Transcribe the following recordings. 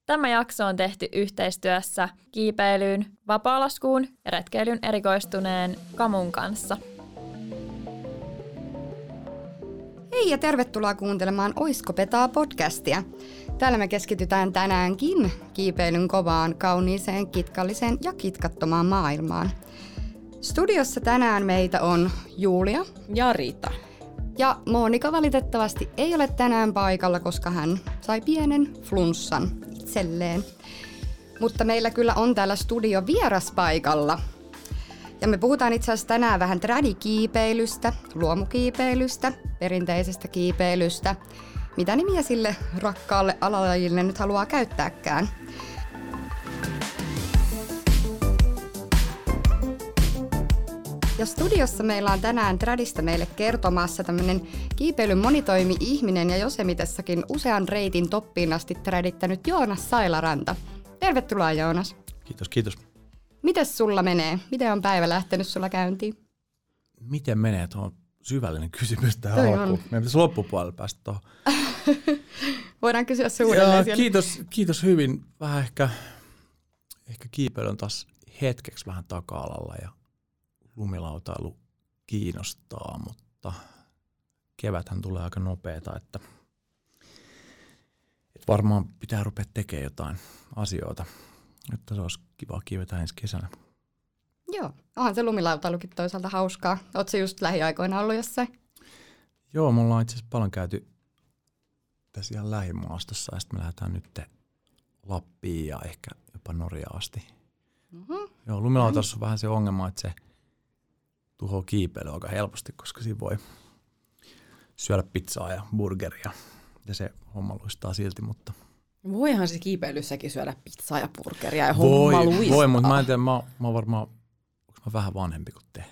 Tämä jakso on tehty yhteistyössä kiipeilyyn, vapaalaskuun ja retkeilyyn erikoistuneen Kamun kanssa. Hei ja tervetuloa kuuntelemaan Oisko Petaa podcastia. Täällä me keskitytään tänäänkin kiipeilyn kovaan, kauniiseen, kitkalliseen ja kitkattomaan maailmaan. Studiossa tänään meitä on Julia ja Riita. Ja Monika valitettavasti ei ole tänään paikalla, koska hän sai pienen flunssan itselleen. Mutta meillä kyllä on täällä studio vieras paikalla. Ja me puhutaan itse asiassa tänään vähän tradikiipeilystä, luomukiipeilystä, perinteisestä kiipeilystä. Mitä nimiä sille rakkaalle alalajille nyt haluaa käyttääkään. Ja studiossa meillä on tänään Tradista meille kertomassa tämmöinen kiipeilyn monitoimi-ihminen ja Josemitessakin usean reitin toppiin asti tradittänyt Joonas Sailaranta. Tervetuloa Joonas. Kiitos, kiitos. Mites sulla menee? Miten on päivä lähtenyt sulla käyntiin? Miten menee? Tuo on syvällinen kysymys tähän alkuun. Meidän pitäisi loppupuolella päästä tuohon. Voidaan kysyä uudelleen siellä. Kiitos hyvin. Vähän ehkä kiipeily on taas hetkeksi vähän taka-alalla ja lumilautailu kiinnostaa, mutta keväthän tulee aika nopeeta, että varmaan pitää rupea tekemään jotain asioita, että se olisi kiva kiivetä ensi kesänä. Joo, onhan se lumilautailukin toisaalta hauskaa. Oletko se just lähiaikoina ollut jossain? Joo, me ollaan itse asiassa paljon käyty tässä ihan lähimaastossa ja sitten me lähdetään nyt Lappiin ja ehkä jopa Norjaan asti. Mm-hmm. Joo, lumilautailussa on vähän se ongelma, että se tuhoaa kiipeilyä aika helposti, koska siinä voi syödä pizzaa ja burgeria ja se homma luistaa silti, mutta voihan se kiipeilyssäkin syödä pizzaa ja burgeria ja homma luistaa. Voi, mutta mä en tiedä, mä oon varmaan, onko mä vähän vanhempi kuin te?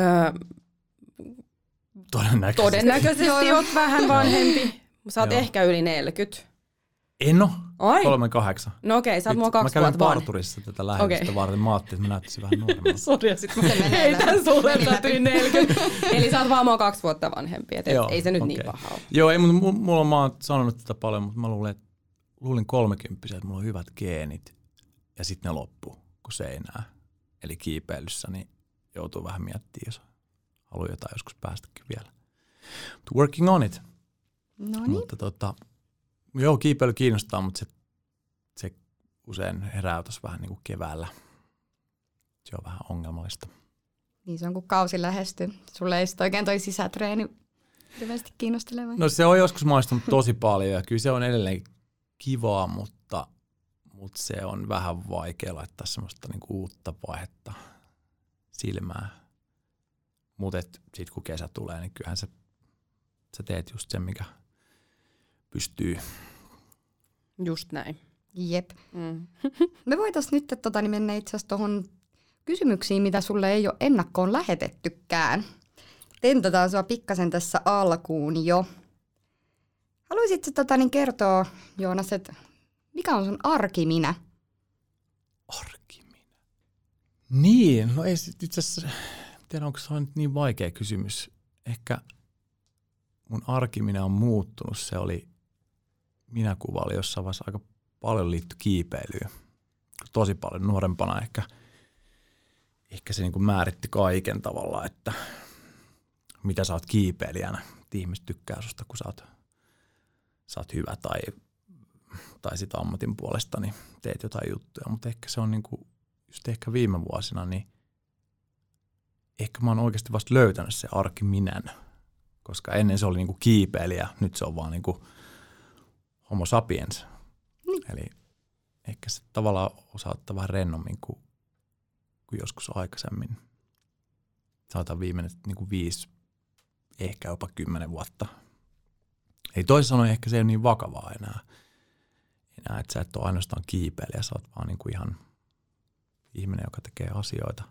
Todennäköisesti oot vähän vanhempi. Sä oot ehkä yli 40. En oo. Ai? 38. No okei, sä oot mua 2 vuotta vanhempi. Mä kävin parturissa tätä lähetystä varten. Mä ajattelin, että mä näyttäisin vähän nuoremmalta. Sori, sit mä heitän sulle, että sä oot yli 40. Eli sä oot vaan mua 2 vuotta vanhempi, et ei se nyt niin paha ole. Joo, ei, mutta mä oon sanonut tätä paljon, mutta mä luulin 30, että mulla on hyvät geenit ja sitten ne loppuu, kun seinää. Eli kiipeilyssä, niin joutuu vähän miettimään, jos haluaa jotain joskus päästäkin vielä. But working on it. Noniin. Mutta joo, kiipeily kiinnostaa, mutta se usein herää tuossa vähän niin kuin keväällä. Se on vähän ongelmallista. Niin se on, kun kausi lähestyy. Sulle ei sitten oikein toi sisätreeni hirveästi kiinnosteleva. No se on joskus maistunut tosi paljon ja kyllä se on edelleen kivaa, mutta se on vähän vaikea laittaa semmoista niin kuin uutta vaihetta silmään. Mutta sitten kun kesä tulee, niin kyllähän sä teet just sen, mikä pystyy. Just näin. Jep. Me voitaisiin nyt mennä itse asiassa tuohon kysymyksiin, mitä sulle ei ole ennakkoon lähetettykään. Tentataan sua pikkasen tässä alkuun jo. Haluaisitko kertoa, Joonas, että mikä on sun arkiminä? Arkiminä? Niin, no ei itse asiassa, tiedä onko se on nyt niin vaikea kysymys. Ehkä mun arkiminä on muuttunut, se oli minäkuva oli jossain vaiheessa aika paljon liitty kiipeilyyn. Tosi paljon nuorempana ehkä se niin kuin määritti kaiken tavalla, että mitä sä oot kiipeilijänä. Ihmiset tykkää susta, kun sä oot hyvä tai sit ammatin puolesta, niin teet jotain juttuja. Mutta ehkä se on niin kuin, just ehkä viime vuosina, niin ehkä mä oon oikeasti vasta löytänyt se arkiminän. Koska ennen se oli niin kuin kiipeilijä, nyt se on vaan niin kuin homo sapiens. Niin. Eli ehkä se tavallaan osaa ottaa vähän rennommin kuin joskus aikaisemmin. Sanotaan viimeinen niin kuin 5, ehkä jopa 10 vuotta. Eli toisin sanoen ehkä se ei ole niin vakavaa enää, että sä et ole ainoastaan kiipeilijä, sä oot vaan niin kuin ihan ihminen, joka tekee asioita.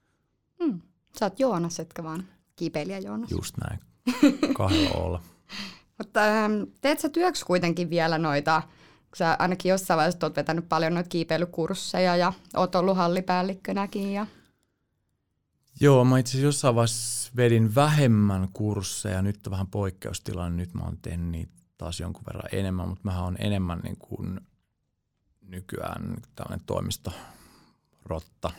Sä oot Joonas, etkä vaan kiipeilijä Joonas. Just näin. 2 olla. Mutta teet sä työksi kuitenkin vielä noita, kun sä ainakin jossain vaiheessa oot vetänyt paljon noita kiipeilykursseja ja oot ollut hallipäällikkönäkin. Ja Joo, mä itse asiassa jossain vaiheessa vedin vähemmän kursseja, nyt on vähän poikkeustilanne, nyt mä oon tehnyt niitä taas jonkun verran enemmän, mutta mähän on enemmän niin kuin nykyään tällainen toimistorotta.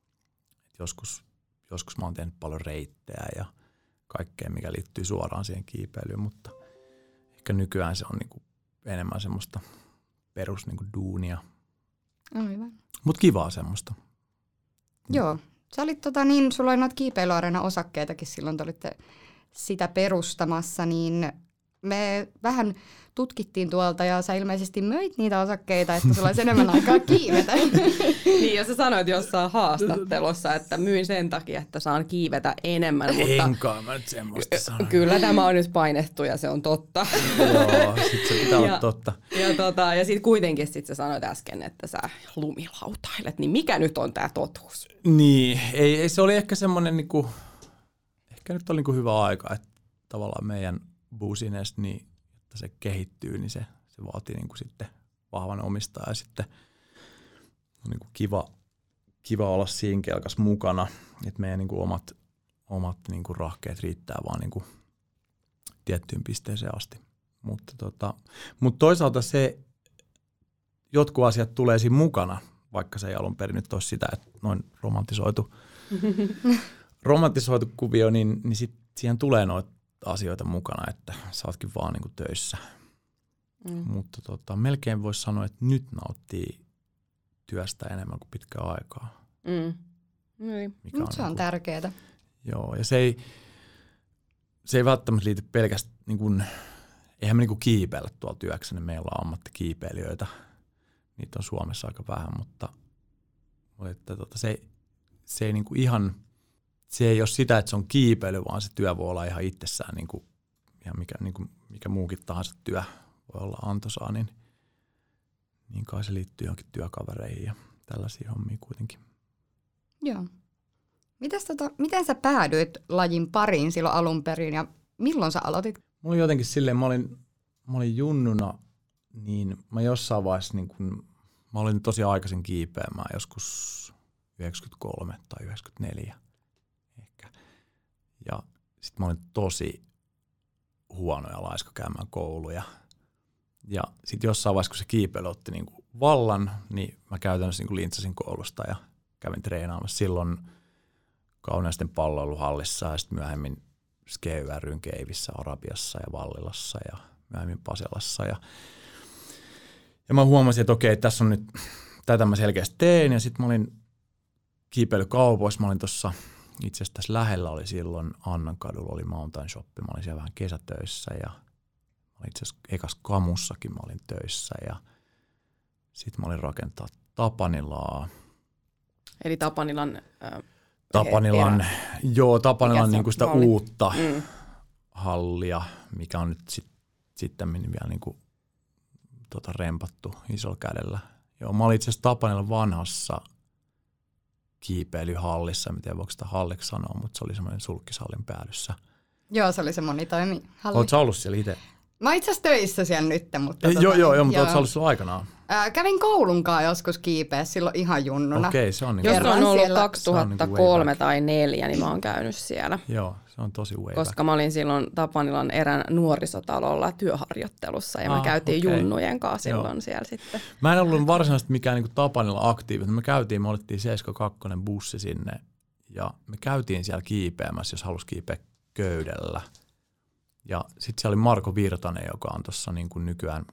Joskus mä oon tehnyt paljon reittejä ja kaikkea, mikä liittyy suoraan siihen kiipeilyyn, mutta ehkä nykyään se on niinku enemmän semmoista perus niinku duunia. Aivan. Mut kivaa semmoista. Joo. Sä olit sulla oli noita kiipeilyareena-osakkeitakin silloin, te olitte sitä perustamassa, niin me vähän tutkittiin tuolta ja sä ilmeisesti möit niitä osakkeita, että sulla olisi enemmän aikaa kiivetä. Niin, ja sä sanoit jossain haastattelussa, että myin sen takia, että saan kiivetä enemmän. Mutta enkaan mä nyt semmoista sanoin. Kyllä tämä on nyt painettu ja se on totta. Joo, sit se pitää olla totta. Ja sit kuitenkin sit sä sanoit äsken, että sä lumilautailet, niin mikä nyt on tää totuus? Niin, ei se oli ehkä semmoinen, niinku, ehkä nyt oli niinku hyvä aika, että tavallaan meidän business, niin että se kehittyy, niin se vaatii niinku sitten vahvan omistajan ja sitten on niinku kiva olla siinä kelkas mukana, että meidän niinku omat niinku rahkeet riittää vaan niinku tiettyyn pisteeseen asti. Mutta toisaalta se, jotkut asiat tulee siinä mukana, vaikka se ei alun perin nyt ole sitä, että noin romantisoitu kuvio, niin sit siihen tulee noita asioita mukana, että sä ootkin vaan niinku töissä. Mutta melkein voisi sanoa, että nyt nauttii työstä enemmän kuin pitkään aikaa. Se on tärkeää. Joo, ja se ei välttämättä liity pelkästään, niin eihän me niin kiipeillä tuolla työkseni, meillä on ammattikiipeilijöitä, niitä on Suomessa aika vähän, mutta että se ei niin kuin ihan, se ei ole sitä, että se on kiipeily, vaan se työ voi olla ihan itsessään, niin kuin, ihan mikä muukin tahansa työ voi olla antoisaa, niin kai se liittyy johonkin työkavereihin ja tällaisiin hommiin kuitenkin. Joo. Miten sä päädyit lajin pariin silloin alun perin ja milloin sä aloitit? Mulla oli jotenkin silleen, mä olin junnuna, niin mä jossain vaiheessa, niin kun, mä olin tosi aikaisin kiipeämään, joskus 93 tai 94 ehkä. Ja sit mä olin tosi huono ja laiska käymään kouluja. Ja sit jossain vaiheessa, kun se kiipeily otti niin kuin vallan, niin mä käytännössä niin kuin lintsasin koulusta ja kävin treenaamassa silloin Kauniaisten palloiluhallissa ja sitten myöhemmin SKY-ryn Keivissä, Arabiassa ja Vallilassa ja myöhemmin Pasilassa. Ja mä huomasin, että okei, tässä on nyt, tätä mä selkeästi tein. Ja sitten mä olin kiipeilykaupoissa, mä olin tuossa, itse asiassa tässä lähellä oli silloin Annankadulla oli Mountain Shop, mä olin siellä vähän kesätöissä ja itse asiassa ekas Kamussakin mä olin töissä ja sitten mä olin rakentaa Tapanilaa. Eli Tapanilan niin kuin sitä uutta hallia, mikä on nyt sitten vielä niin kuin, rempattu isolla kädellä. Joo, mä olin itse asiassa Tapanilan vanhassa kiipeilyhallissa, en tiedä voiko sitä halliksi sanoa, mutta se oli semmoinen sulkkishallin päällyssä. Joo, se oli se monitoimihalli. Oletko sä ollut siellä itse? Mä oon itse asiassa töissä siellä nyt, mutta... Joo, mutta oletko sä ollut siellä aikanaan? Kävin koulunkaan joskus kiipeä silloin ihan junnuna. Okei, se on niin jos on ollut siellä 2003 niin tai 2004, niin mä oon käynyt siellä. Joo, se on tosi way koska back. mä olin silloin Tapanilan erään nuorisotalolla työharjoittelussa ja me käytiin junnujen kanssa silloin siellä sitten. Mä en ollut varsinaisesti mikään niin Tapanilla aktiivinen. Me otettiin 72 bussi sinne ja me käytiin siellä kiipeämässä, jos halusi kiipeä köydellä. Ja sitten siellä oli Marko Virtanen, joka on tuossa niin kuin nykyään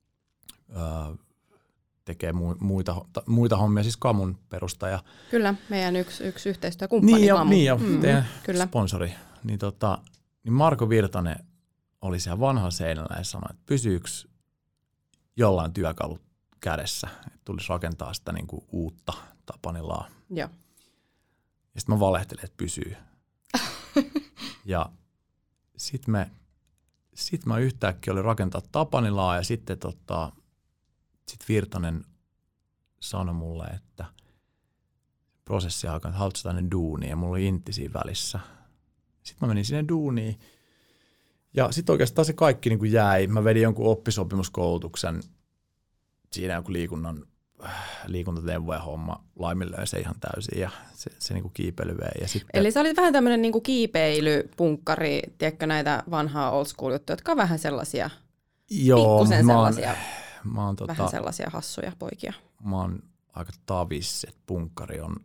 tekee muita hommia, siis Kamun perustaja. Kyllä, meidän yksi yhteistyökumppani Kamu. Niin ja teidän sponsori. Niin Marko Virtanen oli siellä vanhalla seinällä ja sanoi, että pysyykö jollain työkalut kädessä, että tulisi rakentaa sitä niin kuin uutta Tapanilaa. Joo. Ja sitten mä valehtelin, että pysyy. Ja sitten mä yhtäkkiä olin rakentaa Tapanilaa ja sitten sit Virtanen sanoi mulle, että prosessi alkaa, että haluatko tänne duuniin ja mulla oli intti siinä välissä. Sitten mä menin sinne duuniin ja sitten oikeastaan se kaikki niin kuin jäi. Mä vedin jonkun oppisopimuskoulutuksen, siinä joku liikuntaneuvoja homma laiminlöi se ihan täysin ja se niin kuin kiipeily vei. Ja sitten... Eli sä olit vähän tämmöinen niin kuin kiipeilypunkkari, tiedätkö näitä vanhaa old school juttuja, jotka on vähän sellaisia, pikkusen sellaisia. Mä oon vähän sellaisia hassuja poikia. mä oon aika tavis, että punkkari on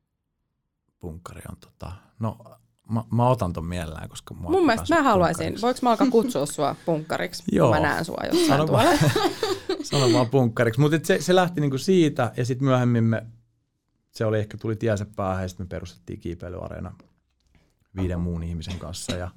no mä otan ton mielellään, koska mun mielestä mä haluaisin, voiko mä alkaa kutsua sua punkkariksi? Joo. Mä näen sua jossain tuolla. Sano vaan punkkariksi, mutta se lähti niinku siitä ja sitten myöhemmin se oli ehkä tuli tiensä päähän ja sitten me perustettiin Kiipeilyareena 5 muun ihmisen kanssa ja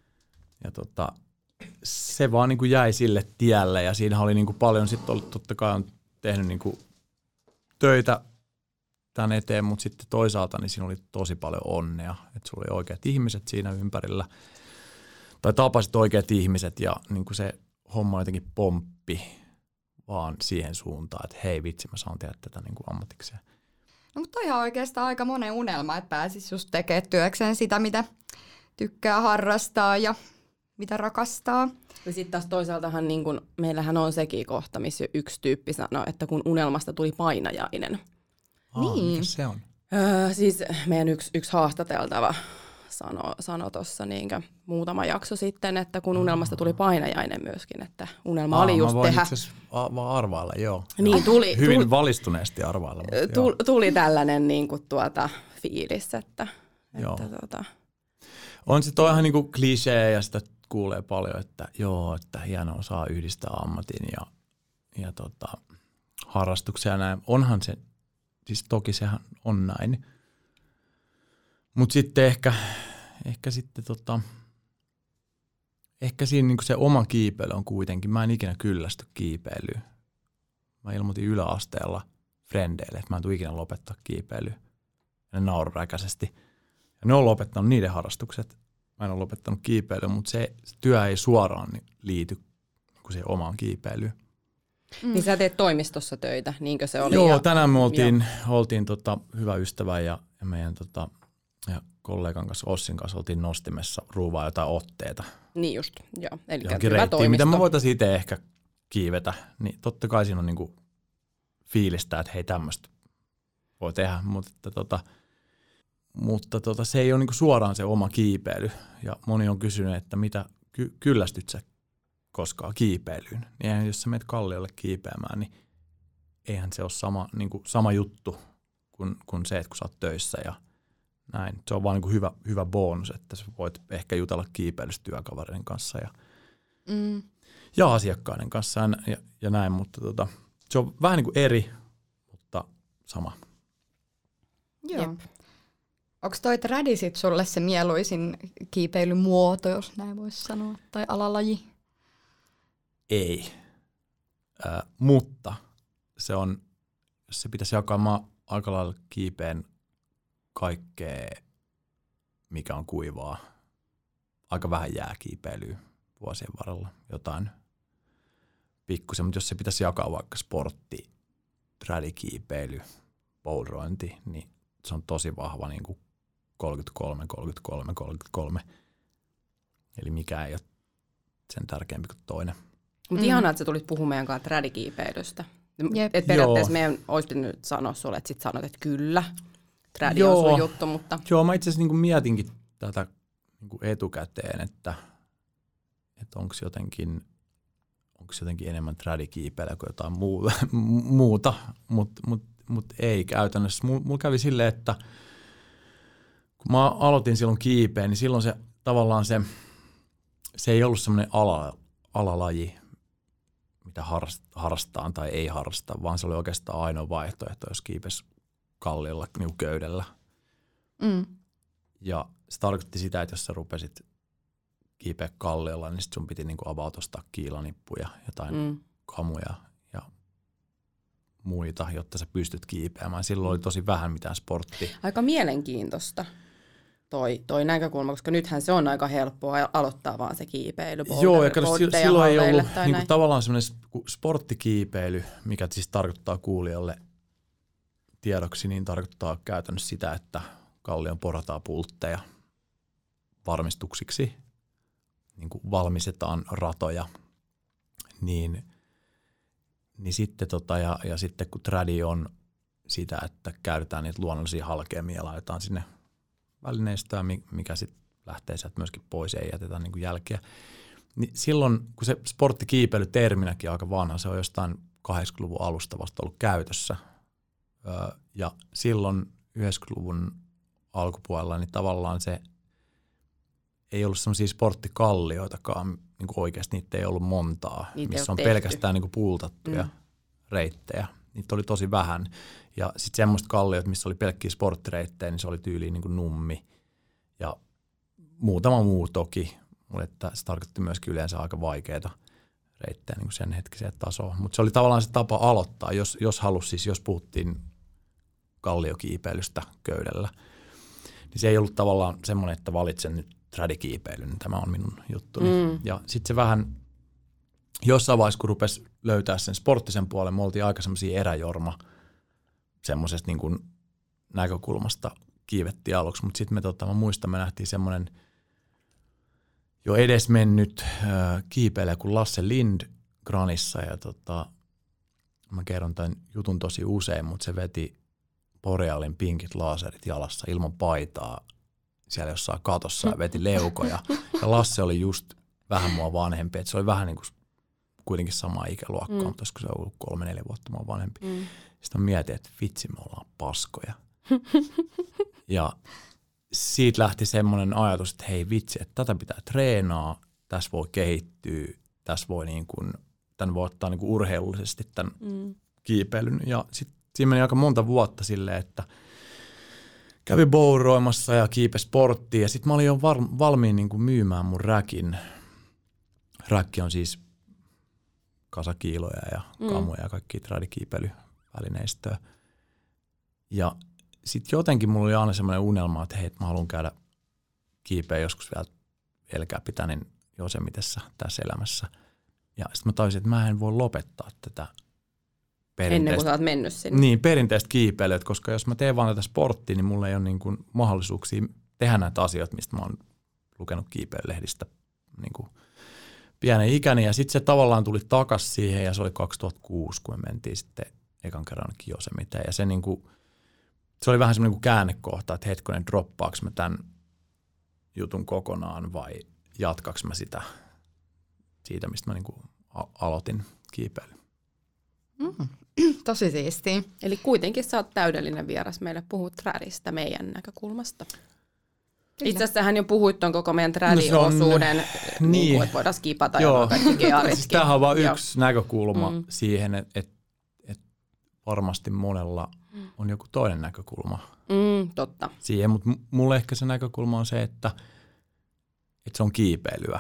se vaan niinku jäi sille tielle ja siinä oli niinku paljon sitten ollut, totta kai on tehnyt niinku töitä tämän eteen, mutta sitten toisaalta niin siinä oli tosi paljon onnea, että sulla oli oikeat ihmiset siinä ympärillä tai tapasit oikeat ihmiset ja niinku se homma jotenkin pomppi vaan siihen suuntaan, että hei vitsi, mä saan tehdä tätä niinku ammatikseen. No, mutta on ihan oikeastaan aika monen unelma, että pääsisi just tekemään työkseen sitä, mitä tykkää harrastaa ja mitä rakastaa. Ja sitten taas toisaaltahan niin kun, meillähän on sekin kohta, missä yksi tyyppi sanoi, että kun unelmasta tuli painajainen. Niin. Mikä se on? Siis meidän yksi haastateltava sanoi tuossa niinkö muutama jakso sitten, että kun unelmasta tuli painajainen myöskin, että unelma oli just tehdä. Mä voin itse asiassa vaan arvailla, joo. Niin, Hyvin valistuneesti arvailla. Tuli tällainen niin kuin fiilis, että on se toi ihan niin kuin klisee ja sitä kuulee paljon, että joo, että hienoa saa yhdistää ammatin ja harrastuksia ja näin. Onhan se, siis toki sehän on näin. Mutta sitten ehkä sitten ehkä siinä niinku se oma kiipeily on kuitenkin, mä en ikinä kyllästy kiipeilyyn. Mä ilmoitin yläasteella frendeille, että mä en tule ikinä lopettaa kiipeilyä. Ja ne naururäkäisesti. Ja ne on lopettanut niiden harrastukset. Mä en ole lopettanut kiipeilyä, mutta se työ ei suoraan liity siihen omaan kiipeilyyn. Niin sä teet toimistossa töitä, niinkö se oli? Joo, tänään me oltiin hyvä ystävä ja meidän ja kollegan kanssa, Ossin kanssa, oltiin nostimessa ruuvaa jotain otteita. Niin just, joo. Eli johonkin reittiin, mitä me voitaisiin itse ehkä kiivetä. Niin totta kai siinä on niinku fiilistä, että hei tämmöistä voi tehdä, mutta se ei ole niinku suoraan se oma kiipeily. Ja moni on kysynyt, että mitä kyllästyt sä koskaan kiipeilyyn. Niin jos sä menet kalliolle kiipeämään, niin eihän se ole sama juttu kuin se, että kun sä oot töissä ja näin. Se on vaan niin kuin hyvä bonus, että sä voit ehkä jutella kiipeilystä työkavereiden kanssa ja asiakkaiden kanssa ja näin, mutta se on vähän niin kuin eri, mutta sama. Joo. Onko toi trädi sit sulle se mieluisin kiipeilymuoto, jos näin voisi sanoa, tai alalaji? Ei, mutta se on, jos se pitäisi jakaa aika lailla kiipeen kaikkea, mikä on kuivaa. Aika vähän jääkiipeilyä vuosien varrella, jotain pikkusen, mutta jos se pitäisi jakaa vaikka sportti, trädikiipeily, bouldrointi, niin se on tosi vahva niin kuin 33, 33, 33. Eli mikä ei ole sen tärkeämpi kuin toinen. Mutta ihanaa, että sä tulit puhumaan meidän kanssa trädikiipeilystä. Et periaatteessa meidän olisi pitänyt sanoa sulle, että sit sanot, että kyllä. Trädi on sun juttu, mutta... Joo, mä itse asiassa niin mietinkin tätä niin etukäteen, että onko jotenkin enemmän trädikiipeilyä kuin jotain muuta, mutta ei käytännössä. Mulla kävi silleen, että kun mä aloitin silloin kiipeen, niin silloin se tavallaan se ei ollut semmoinen alalaji, mitä harrastaa tai ei harrasta, vaan se oli oikeastaan ainoa vaihtoehto, jos kiipesi kalliolla niin köydellä. Ja se tarkoitti sitä, että jos sä rupesit kiipeä kalliolla, niin sit sun piti niin about ostaa kiilanippuja, jotain kamuja ja muita, jotta sä pystyt kiipeämään. Silloin oli tosi vähän mitään sporttia. Aika mielenkiintoista toi näkökulma, koska nythän se on aika helppoa aloittaa vaan se kiipeily. Joo, ja silloin ei ollut niin tavallaan semmoinen sporttikiipeily, mikä siis tarkoittaa kuulijalle tiedoksi, niin tarkoittaa käytännössä sitä, että kallion porataan pultteja varmistuksiksi, niin kuin valmistetaan ratoja, niin sitten ja sitten kun trädi on sitä, että käytetään niitä luonnollisia halkeamia ja laitetaan sinne välineistöä, mikä sitten lähtee sieltä myöskin pois, ei jätetä niin kuin jälkeä. Niin silloin, kun se sporttikiipeily terminäkin on aika vanha, se on jostain 80-luvun alusta vasta ollut käytössä, Ja silloin 90-luvun alkupuolella niin tavallaan se ei ollut semmoisia sporttikallioitakaan, niin kuin oikeasti niitä ei ollut montaa, missä on pelkästään niin kuin puultattuja reittejä. Niitä oli tosi vähän. Ja sitten semmoista kalliot, missä oli pelkkiä sporttireittejä, niin se oli tyyliin niin kuin Nummi. Ja muutama muu toki, mutta että se tarkoitti myöskin yleensä aika vaikeita reittejä niin kuin sen hetkiseen tasoon. Mutta se oli tavallaan se tapa aloittaa, jos halusi, siis jos puhuttiin kalliokiipeilystä köydellä, niin se ei ollut tavallaan semmoinen, että valitsen nyt tradikiipeilyn, niin tämä on minun juttuni. Ja sitten se vähän jossain vaiheessa, kun rupesi löytää sen sporttisen puolen, me oltiin aika semmoisia eräjorma semmoisesta niin kuin näkökulmasta kiivettiin aluksi, mutta sitten mä muistan, me nähtiin semmoinen jo edesmennyt kiipeilijä kuin Lasse Lind Granissa, ja mä kerron tämän jutun tosi usein, mutta se veti Borealin pinkit laaserit jalassa ilman paitaa siellä jossain katossa ja veti leukoja. Ja Lasse oli just vähän mua vanhempi, että se oli vähän niin kuin kuitenkin samaa ikäluokkaa, mutta olisiko se ollut 3-4 vuotta mua vanhempi. Sitten mä mietin, että vitsi, me ollaan paskoja. Ja siitä lähti semmoinen ajatus, että hei vitsi, että tätä pitää treenaa, tässä voi kehittyä, tässä voi niin kuin, tämän voi ottaa niin kuin urheilullisesti tämän kiipeilyn. Ja sitten siinä meni aika monta vuotta silleen, että kävi bouroimassa ja kiipesi sporttiin, ja sitten mä olin jo valmiin niin kuin myymään mun räkin. Räkki on siis kasakiiloja ja kamuja ja kaikkia tradikiipeilyvälineistöä. Ja sitten jotenkin mulla oli aina semmoinen unelma, että hei, mä haluan käydä kiipeä joskus vielä Elkäpitänin Josemitessä tässä elämässä. Ja sitten mä tajusin, että mä en voi lopettaa tätä perinteistä. Ennen kuin sä oot mennyt sinne. Niin, perinteistä kiipeilyä, koska jos mä teen vaan tätä sporttia, niin mulla ei ole niin kuin mahdollisuuksia tehdä näitä asioita, mistä mä oon lukenut kiipeilylehdistä niin kuin pienen ikäni. Ja sitten se tavallaan tuli takas siihen, ja se oli 2006, kun me mentiin sitten ekan kerran Josemiteen. Ja se, niin kuin, se oli vähän semmoinen kuin käännekohta, että hetkonen, droppaaks mä tämän jutun kokonaan vai jatkaks mä siitä, mistä mä niin kuin aloitin kiipeilyn. Tosi siistiä. Eli kuitenkin sä oot täydellinen vieras meille, puhut trädistä meidän näkökulmasta. Itse asiassa hän jo puhuit ton koko meidän trädiosuuden, niin kuin, että voidaan skipata ja kaikki gearitkin. Siis tämähän on vaan yksi näkökulma siihen, että varmasti monella on joku toinen näkökulma. Totta. Siihen, mutta mulle ehkä se näkökulma on se, että se on kiipeilyä.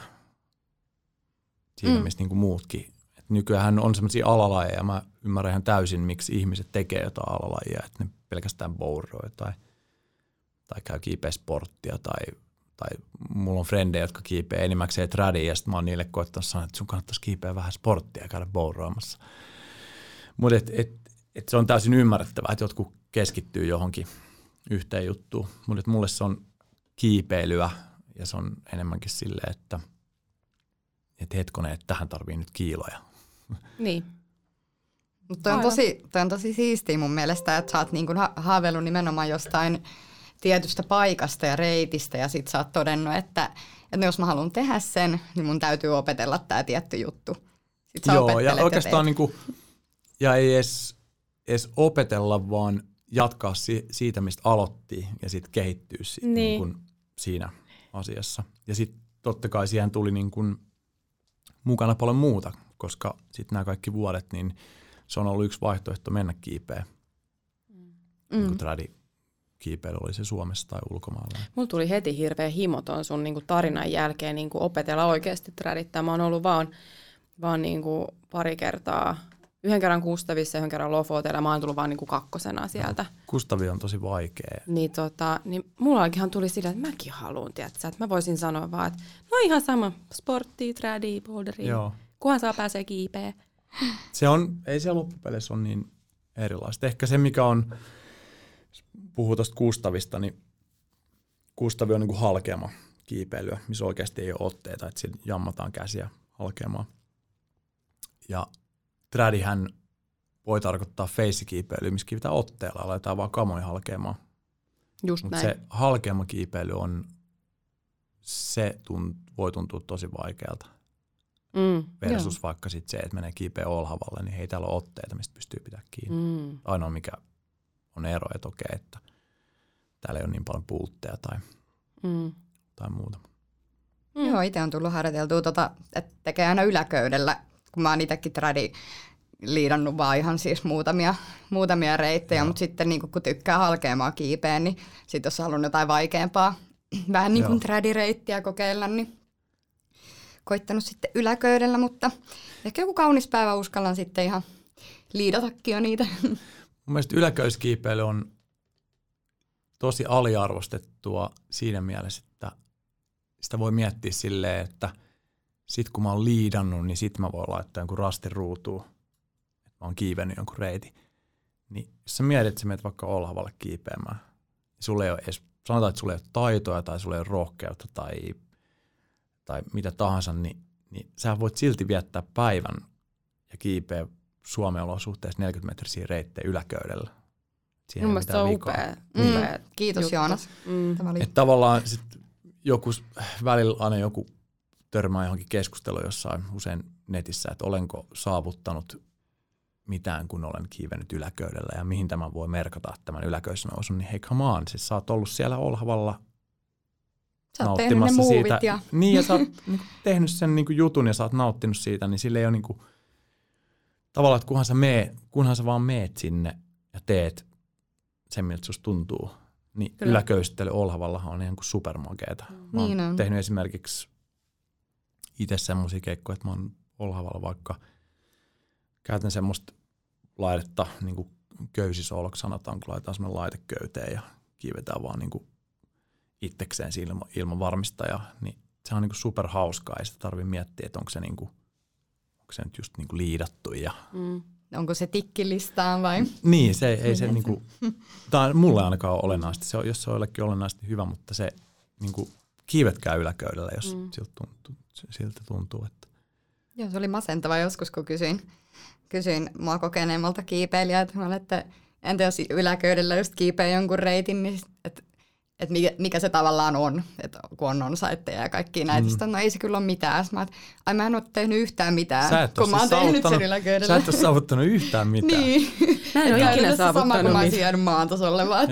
Siinä, mistä niin kuin muutkin. Et nykyään on sellaisia alalajeja, ja mä ymmärrän ihan täysin, miksi ihmiset tekee jotain alalajia, että ne pelkästään bouroi tai käy kiipeä sporttia, tai mulla on frendejä, jotka kiipee enimmäkseen trädiä, ja sitten mä oon niille koettanut sanoa, että sun kannattaisi kiipeä vähän sporttia ja käydä bouroimassa. Mutta et se on täysin ymmärrettävää, että jotkut keskittyy johonkin yhteen juttuun, mutta mulle se on kiipeilyä, ja se on enemmänkin silleen, että hetkonen, että tähän tarvii nyt kiiloja. Niin. Mutta toi on tosi siistiä mun mielestä, että sä oot niin kuin haaveillut nimenomaan jostain tietystä paikasta ja reitistä, ja sit sä oot todennut, että jos mä haluan tehdä sen, niin mun täytyy opetella tää tietty juttu. Sit sä joo, ja oikeastaan niinku, ja ei edes opetella, vaan jatkaa siitä, mistä aloitti, ja sitten kehittyä niin kuin siinä asiassa. Ja sitten totta kai siihen tuli niin kuin mukana paljon muuta, koska sitten nämä kaikki vuodet, niin se on ollut yksi vaihtoehto mennä kiipeä. Niin kuin tradikiipeily oli se Suomessa tai ulkomailla. Mulla tuli heti hirveä himo ton sun niin kuin tarinan jälkeen niin kuin opetella oikeasti tradittaa. Mä oon ollut vaan niin kuin pari kertaa, yhden kerran Kustavissa ja yhden kerran Lofotella. Mä oon tullut vaan niin kuin kakkosena sieltä. Kustavi on tosi vaikea. Niin mullakin tuli sillä, että mäkin haluan, tiedätkö, että mä voisin sanoa vaan, että no ihan sama, sportti, tradi, boulderi, kunhan saa pääsee kiipeä. Se on, ei se loppupeleissä ole niin erilaista. Ehkä se, mikä on, puhuu tuosta Kustavista, niin Kustavi on niin kuin halkeama kiipeilyä, missä oikeasti ei ole otteita, että siinä jammataan käsiä halkeamaan. Ja tradihän voi tarkoittaa face-kiipeilyä, missä kiivetään otteella, laitetaan vaan kamoja halkeamaan. Just Mutta näin. se halkeamakiipeily voi tuntua tosi vaikealta. Versus vaikka sit se, että menee kiipeä Olhavalle, niin ei täällä ole otteita, mistä pystyy pitämään kiinni. Ainoa, mikä on ero, että okei, että täällä ei ole niin paljon puutteja tai muuta. Joo, itse on tullut harjoiteltua, että tekee aina yläköydellä, kun mä oon itsekin liidannut vaan ihan siis muutamia reittejä, mutta sitten niin kun tykkää halkeamaa kiipeen, niin sitten jos haluan jotain vaikeampaa, vähän niin kuin tradireittiä kokeilla, niin koittanut sitten yläköydellä, mutta ehkä joku kaunis päivä uskallan sitten ihan liidatakin jo niitä. Mun mielestä yläköyskiipeily on tosi aliarvostettua siinä mielessä, että sitä voi miettiä silleen, että sit kun mä oon liidannut, niin sit mä voin laittaa jonkun rastin ruutuun, että mä oon kiivennyt jonkun reitin. Niin jos sä mietit, että sä menet vaikka Olhavalle kiipeämään, niin sulla ei ole edes, sanotaan, että sulla ei ole taitoja tai sulla ei ole rohkeutta tai mitä tahansa, niin sä voit silti viettää päivän ja kiipeä Suomen olosuhteessa 40-metrisiä reittejä yläköydellä. Mun mielestä se on upea. Kiitos juttu. Joonas. Että tavallaan sit välillä aina joku törmää johonkin keskusteluun jossain usein netissä, että olenko saavuttanut mitään, kun olen kiivennyt yläköydellä ja mihin tämä voi merkata tämän yläköysnousun, niin hei come on, siis sä oot ollut siellä Olhavalla sä oot tehnyt ne muuvit siitä. Niin, ja sä oot niinku tehnyt sen niinku jutun ja sä oot nauttinut siitä, niin sille ei ole niinku, tavallaan, että kunhan sä vaan meet sinne ja teet sen, miltä susta tuntuu, niin yläköystely Olhavallahan on ihan kuin supermakeeta. Mä oon tehnyt esimerkiksi itse semmoisia keikkoja, että mä oon Olhavalla vaikka käytän semmoista laitetta, niin kuin köysisolk sanotaan, kun laitetaan semmoinen laite köyteen ja kiivetään vaan niin kuin itsekseen ilman varmistajaa, niin se on niin kuin superhauskaa, ei sitä tarvitse miettiä, että onko se nyt just niin kuin liidattu. Onko se tikkilistaan vai? Niin, se ei se niinku, tämä on mulle ainakaan ole olennaista. Jos se on jollekin olennaisesti niin hyvä, mutta se niinku, kiivetkää yläköydellä, jos siltä tuntuu. Että. Joo, se oli masentava joskus, kun kysyin mua kokeneemmalta kiipeilijältä, että entä jos yläköydellä just kiipeä jonkun reitin, niin että mikä se tavallaan on, että kun on on-saitteja ja kaikkia näitä. Sitten, no ei se kyllä ole mitään. Mä en ole tehnyt yhtään mitään, kun mä oon tehnyt sen yläköydellä. Sä et ole saavuttanut yhtään mitään. Niin. Mä en ole ikinä saavuttanut sama, kun mä olisin jäänyt maan tasolle vaan.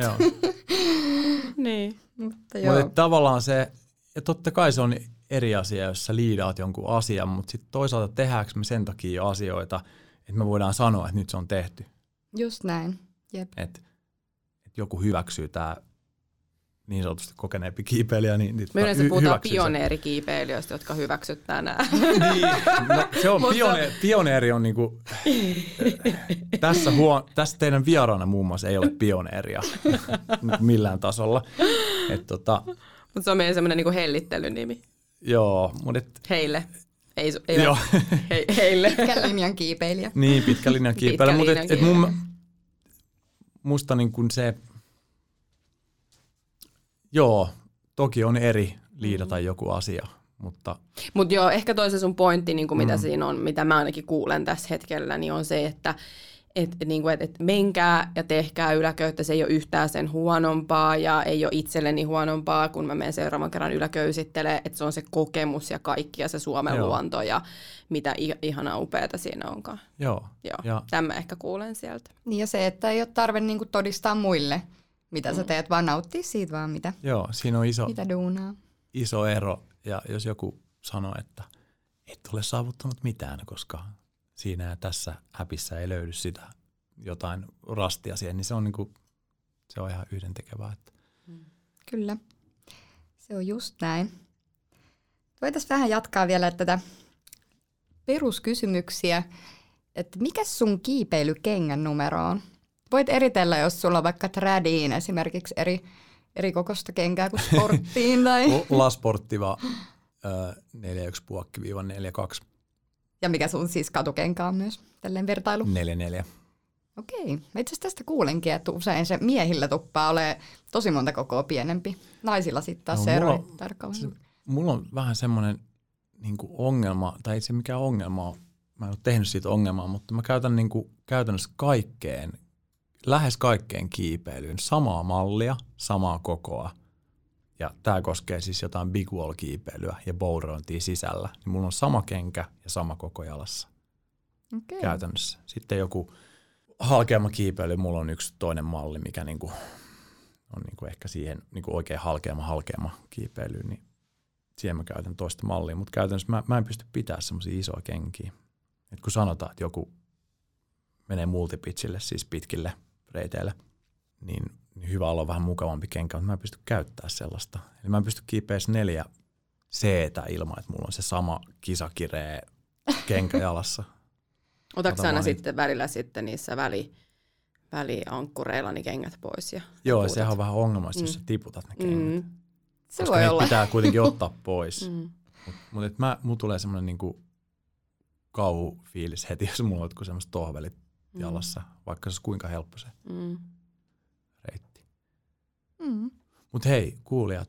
Niin. Mutta tavallaan se, ja totta kai se on eri asia, jos sä liidaat jonkun asian, mutta sitten toisaalta tehdäänkö me sen takia jo asioita, että me voidaan sanoa, että nyt se on tehty. Just näin, jep. Että joku hyväksyy tämä niin sanotusti kokeneempi kiipeilijä. Niin me yleensä puhutaan pioneerikiipeilijöistä, jotka hyväksyttää nämä. Niin, no, se on pioneeri on niinku, tässä teidän vieraana muun muassa ei ole pioneeria millään tasolla. Mutta se on meidän semmoinen niinku hellittelynimi. Joo, mutta heille. Ei joo. Heille. Pitkän linjan kiipeilijä. Niin, pitkän linjan kiipeilijä. Mutta musta niin kuin se, joo, toki on eri liidata joku asia, mutta. Mutta joo, ehkä toisen sun pointti, niin kuin mitä siinä on, mitä mä ainakin kuulen tässä hetkellä, niin on se, että menkää ja tehkää yläköyttä, se ei ole yhtään sen huonompaa ja ei ole itselleni huonompaa, kun mä menen seuraavan kerran yläköysittelee, että se on se kokemus ja kaikki ja se Suomen luonto ja mitä ihanaa upeata siinä onkaan. Joo. Ja tämän ehkä kuulen sieltä. Niin ja se, että ei ole tarve niinku todistaa muille, mitä sä teet, vaan nauttia siitä vaan mitä. Joo, siinä on mitä duunaa. Iso ero ja jos joku sanoo, että et ole saavuttanut mitään, koska siinä ja tässä appissa ei löydy sitä jotain rastia siihen, niin se on, niinku, se on ihan yhdentekevää. Kyllä, se on just näin. Voitaisiin vähän jatkaa vielä tätä peruskysymyksiä, että mikä sun kiipeilykengän numero on? Voit eritellä, jos sulla on vaikka tradiin esimerkiksi eri kokoista kenkää kuin sporttiin. Tai. La Sportiva 4.1-4.2. Ja mikä sun siis katukenkä on myös, tälleen vertailu? 4.4. Okei. Mä itse asiassa tästä kuulenkin, että usein se miehillä tuppaa ole tosi monta kokoa pienempi. Naisilla sitten taas se ero tarkkaan. Mulla on vähän semmoinen niin kuin ongelma, tai ei se mikään ongelma ole. Mä en ole tehnyt siitä ongelmaa, mutta mä käytän niin kuin käytännössä lähes kaikkeen kiipeilyyn samaa mallia, samaa kokoa. Ja tämä koskee siis jotain big wall-kiipeilyä ja bowrointia sisällä. Niin mulla on sama kenkä ja sama koko jalassa käytännössä. Sitten joku halkeama kiipeily, mulla on yksi toinen malli, mikä niinku on niinku ehkä siihen niinku oikein halkeama kiipeilyyn, niin siihen mä käytän toista mallia, mutta käytännössä mä en pysty pitämään semmoisia isoja kenkiä. Et kun sanotaan, että joku menee multipitchille, siis pitkille reiteille, niin hyvä olla vähän mukavampi kenkä, mutta mä en pysty käyttämään sellaista. Eli mä en pysty kiipeämään 4 C-tä ilman, että mulla on se sama kisakireä kenkä jalassa. Otatko aina sitten välillä sitten niissä väliankkureilla niin kengät pois? Joo, sehän on vähän ongelmallista, jos sä tiputat ne kengät. Se koska voi olla. pitää kuitenkin ottaa pois. Mutta mulla tulee semmoinen niinku kauhufiilis heti, jos mulla on jotkut semmoiset tohvelit jalassa, vaikka se olisi kuinka helppo se reitti. Mutta hei, kuulijat,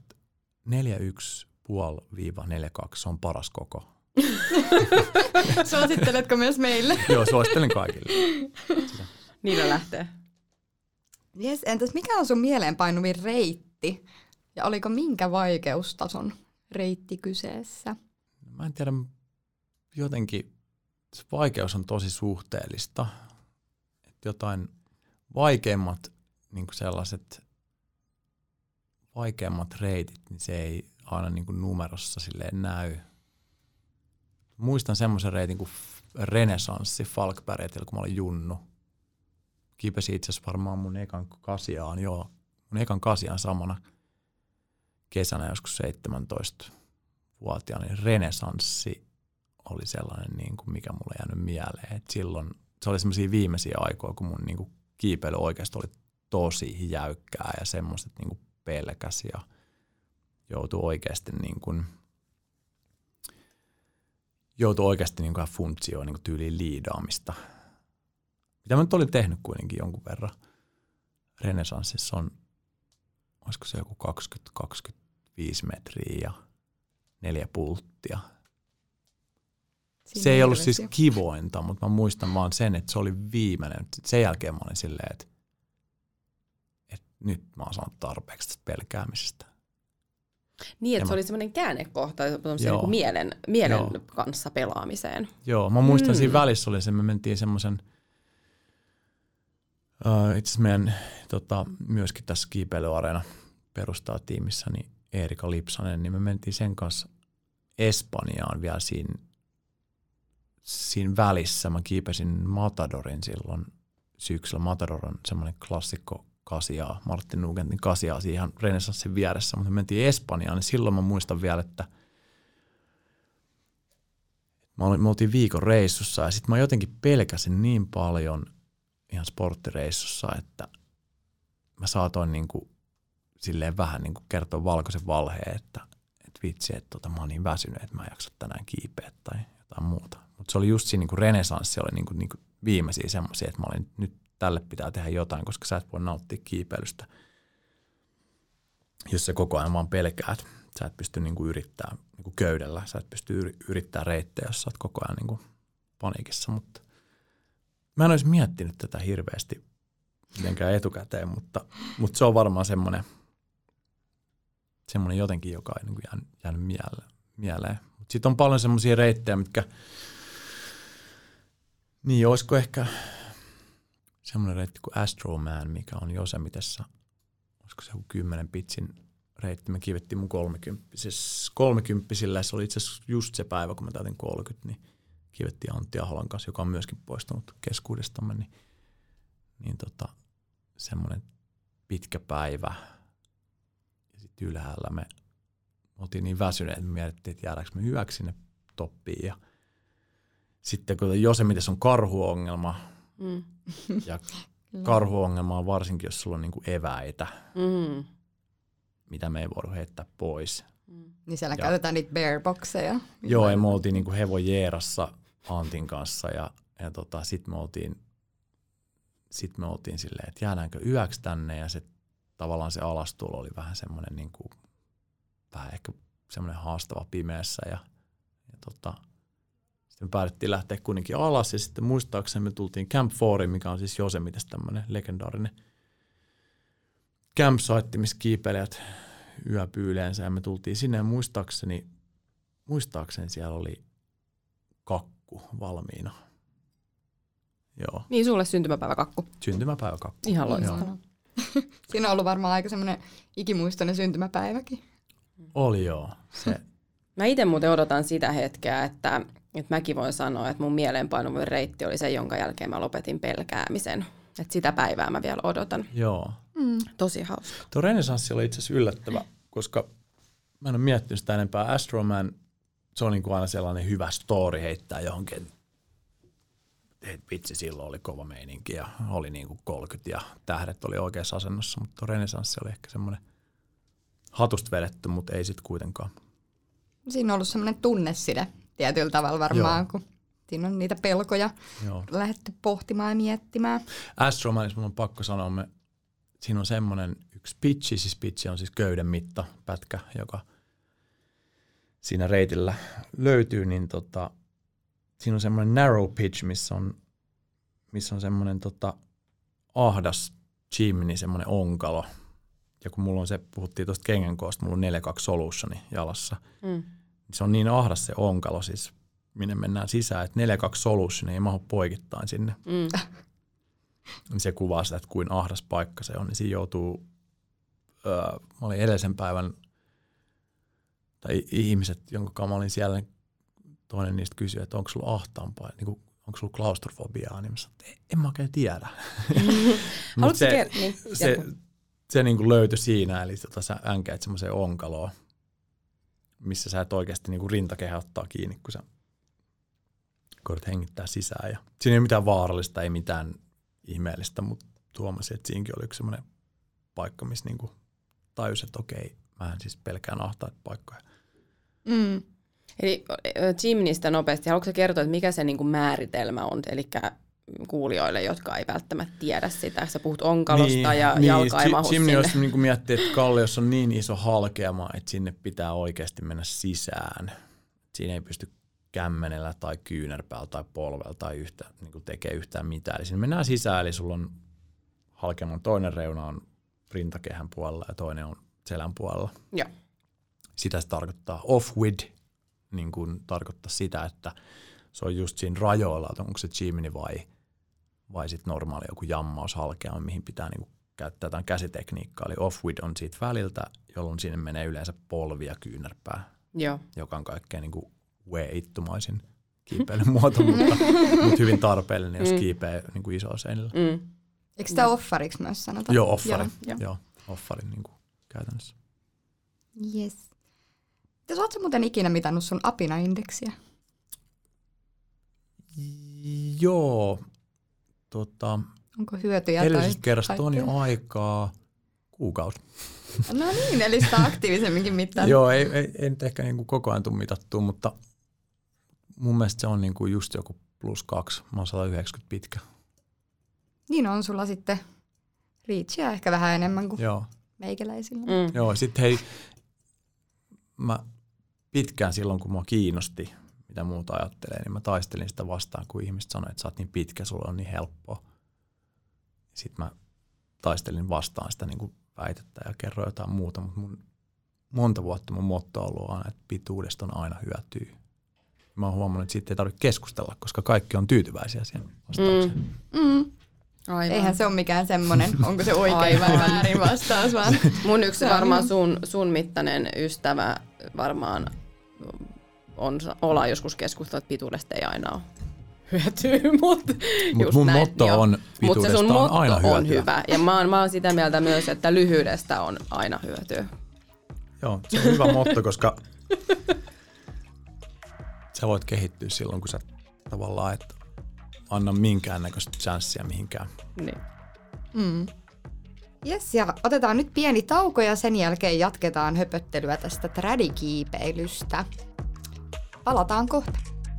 4,1,5-4,2 se on paras koko. Suositteletko myös meille? Joo, suosittelen kaikille. Niillä lähtee. Jes, entäs mikä on sun mieleenpainuvin reitti? Ja oliko minkä vaikeustason reitti kyseessä? Mä en tiedä, jotenkin se vaikeus on tosi suhteellista. Että jotain vaikeimmat, niin kuin sellaiset vaikeimmat reitit, niin se ei aina niin kuin numerossa silleen näy. Muistan semmoisen reitin kuin Renesanssi Falkbergillä, kun mä olin junnu. Kiipesin itse asiassa varmaan mun ekan kasiaan samana kesänä joskus 17-vuotiaana. Niin Renesanssi oli sellainen, niin kuin mikä mulle jäänyt mieleen. Et silloin se oli semmoisia viimeisiä aikoja, kun mun niin kuin kiipeily oikeasti oli tosi jäykkää ja semmoiset niin kuin pelkäs ja joutui oikeasti niin kuin funtsioon niin kuin tyyliin liidaamista. Mitä mä nyt olin tehnyt kuitenkin jonkun verran. Renesanssissa on, olisiko se joku 20-25 metriä ja 4 pulttia. Se ei ollut siis kivointa, mutta mä muistan vaan sen, että se oli viimeinen. Sen jälkeen mä olin silleen, että nyt mä oon saanut tarpeeksi tästä pelkäämisestä. Niin, että se oli semmoinen käännekohta niin kuin mielen kanssa pelaamiseen. Joo, mä muistan siinä välissä oli se, me mentiin semmoisen, itse asiassa meidän myöskin tässä Kiipeilyareena perustaa tiimissä, niin Eerika Lipsanen, niin me mentiin sen kanssa Espanjaan vielä siinä välissä. Mä kiipesin Matadorin silloin syksyllä. Matador on semmoinen klassikko kasiaa, Martin Nugentin kasiaa siihen Renesanssin vieressä, mutta me mentiin Espanjaan, niin silloin mä muistan vielä, että me oltiin viikon reissussa ja sitten mä jotenkin pelkäsin niin paljon ihan sporttireissussa, että mä saatoin niinku silleen vähän niinku kertoa valkoisen valheen, että vitsi, että mä oon niin väsynyt, että mä en jaksa tänään kiipeä tai jotain muuta. Mutta se oli just siinä niinku Renesanssi oli niinku viimeisiä semmoisia, että mä olin nyt tälle pitää tehdä jotain, koska sä et voi nauttia kiipeilystä, jos sä koko ajan vaan pelkäät. Sä et pysty niinku yrittämään niinku köydellä, sä et pysty yrittämään reittejä, jos sä oot koko ajan niinku paniikissa. Mutta mä en olisi miettinyt tätä hirveästi mitenkään etukäteen, mutta se on varmaan semmoinen jotenkin, joka ei niinku jäänyt mieleen. Mutta sitten on paljon semmoisia reittejä, mitkä, niin olisiko ehkä semmoinen reitti kuin Astroman, mikä on Josemitessa, olisiko se 10 pitsin reitti. Me kiivettiin mun 30-sillä, se oli itse asiassa just se päivä, kun mä täytin 30, niin kiivettiin Antti Aholan kanssa, joka on myöskin poistunut keskuudestamme, niin semmoinen pitkä päivä. Ja sitten ylhäällä me oltiin niin väsyneet, että me mietittiin, että jäädäänkö me hyväksi sinne toppiin. Ja sitten kun Josemitessa on karhuongelma, ja karhuongelma on varsinkin, jos sulla on niinku eväitä, mitä me ei voida heittää pois. Niin siellä käytetään niitä bearboxeja. Joo, ja me oltiin niinku hevojeerassa Antin kanssa ja sitten me oltiin silleen, että jäädäänkö yöksi tänne, ja se tavallaan se alastulo oli vähän semmoinen niinku, vähän ehkä semmoinen haastava pimeässä ja sitten me päätettiin lähteä kuitenkin alas ja sitten muistaakseni me tultiin Camp 4, mikä on siis Yosemitessä tämmöinen legendaarinen campsite, missä kiipeilijät yöpyyleensä ja me tultiin sinne ja muistaakseni siellä oli kakku valmiina. Joo. Niin, sulle syntymäpäiväkakku. Syntymäpäiväkakku. Ihan loistavaa. Joo. Siinä on ollut varmaan aika semmoinen ikimuistoinen syntymäpäiväkin. Oli joo. Mä itse muuten odotan sitä hetkeä, että mäkin voin sanoa, että mun mieleenpainuvin reitti oli se, jonka jälkeen mä lopetin pelkäämisen. Että sitä päivää mä vielä odotan. Joo. Tosi hauska. Tuo renesanssi oli itse asiassa yllättävä, koska mä en ole miettinyt sitä enempää. Astro Man, se on niin kuin aina sellainen hyvä story heittää johonkin. Vitsi, silloin oli kova meininki ja oli niin kuin 30 ja tähdet oli oikeassa asennossa, mutta tuo renesanssi oli ehkä semmoinen hatusta vedetty, mutta ei sitten kuitenkaan. Siinä on ollut semmoinen tunneside tietyllä tavalla varmaan, kun siinä on niitä pelkoja lähdetty pohtimaan ja miettimään. Astro Manissa mun on pakko sanoa, siinä on semmoinen yksi pitchi, siis pitchi on siis köyden mitta pätkä, joka siinä reitillä löytyy, niin siinä on semmoinen narrow pitch, missä on semmoinen ahdas chimney, semmoinen onkalo. Ja kun mulla on puhuttiin tuosta kengänkoosta, mulla on 4-2 solutioni jalassa. Niin se on niin ahdas se onkalo, siis minne mennään sisään, että 4-2 solution ei mahdu poikittain sinne. Se kuvaa sitä, että kuin ahdas paikka se on. Niin siinä joutuu, mä olin edellisen päivän, tai ihmiset, jonka mä olin siellä, toinen niistä kysyi, että onko sulla ahtaampaa, niin kuin, onko sulla klaustrofobiaa, niin mä sanoin, että en mä oikein tiedä. Mutta se niin kuin löytyi siinä, eli sä änkäät semmoiseen onkaloon, missä sä et oikeasti niin kuin rintakehä ottaa kiinni, kun sä koetat hengittää sisään. Ja siinä ei ole mitään vaarallista, ei mitään ihmeellistä, mutta huomasin, että siinäkin oli yksi semmoinen paikka, missä niin kuin tajusin, että okei, mähän siis pelkään ahtaita paikkoja. Eli chimneystä nopeasti, haluatko sä kertoa, että mikä se niin kuin määritelmä on, eli kuulijoille, jotka ei välttämättä tiedä sitä. Sä puhut onkalosta ja jalka ei mahu chimney, sinne. jos niin miettii, että kalliossa on niin iso halkeama, että sinne pitää oikeasti mennä sisään. Siinä ei pysty kämmenellä tai kyynärpäällä tai polvella tai niin tekee yhtään mitään. Eli sinne mennään sisään, eli sulla on halkeaman toinen reuna on rintakehän puolella ja toinen on selän puolella. Joo. Sitä se tarkoittaa. Off-width niin kuin tarkoittaa sitä, että se on just siinä rajoilla, että onko se chimney vai sitten normaali joku jammaus halkeama, mihin pitää niin kuin käyttää jotain käsitekniikkaa. Eli off-width on siitä väliltä, jolloin sinne menee yleensä polvi ja kyynärpää, joka on kaikkein niin kuin ittumaisin kiipeilyn muoto, mutta hyvin tarpeellinen, jos kiipee niin kuin isoa seinillä. Eikö sitä offariksi myös sanota? Joo, offari. Joo, offarin niin kuin käytännössä. Yes. Oletko muuten ikinä mitannut sun apina-indeksiä? Joo. Onko hyötyjä? Edellisestä kerrasta on jo aikaa kuukausi. No niin, eli sitä aktiivisemminkin mittaa. Joo, ei nyt ehkä niin kuin koko ajan tule mitattua, mutta mun mielestä se on niin kuin just joku +2. Mä oon 190 pitkä. Niin on sulla sitten reachia ehkä vähän enemmän kuin meikäläisillä. Joo, sitten hei, mä pitkään silloin, kun mua kiinnosti, mitä muuta ajattelee, niin mä taistelin sitä vastaan, kun ihmiset sanoi, että sä oot niin pitkä, sulla on niin helppoa. Sitten mä taistelin vastaan sitä niin kuin väitettä ja kerroin jotain muuta, mutta monta vuotta mun motto on ollut aina, että pituudesta on aina hyötyä. Mä oon huomannut, että siitä ei tarvitse keskustella, koska kaikki on tyytyväisiä siihen vastaukseen. Aivan. Eihän se ole mikään semmoinen, onko se oikein vai väärin vastaus, vaan mun yksi varmaan sun mittainen ystävä varmaan ollaan joskus keskustellut, että pituudesta ei aina ole hyötyä, mutta mun motto on pituudesta sun on aina hyötyä. On hyvä. Ja mä oon sitä mieltä myös, että lyhyydestä on aina hyötyä. Joo, se on hyvä motto, koska sä voit kehittyä silloin, kun sä tavallaan et anna minkäännäköistä chanssia mihinkään. Niin. Jes, ja otetaan nyt pieni tauko ja sen jälkeen jatketaan höpöttelyä tästä trädikiipeilystä. Palataan kohta.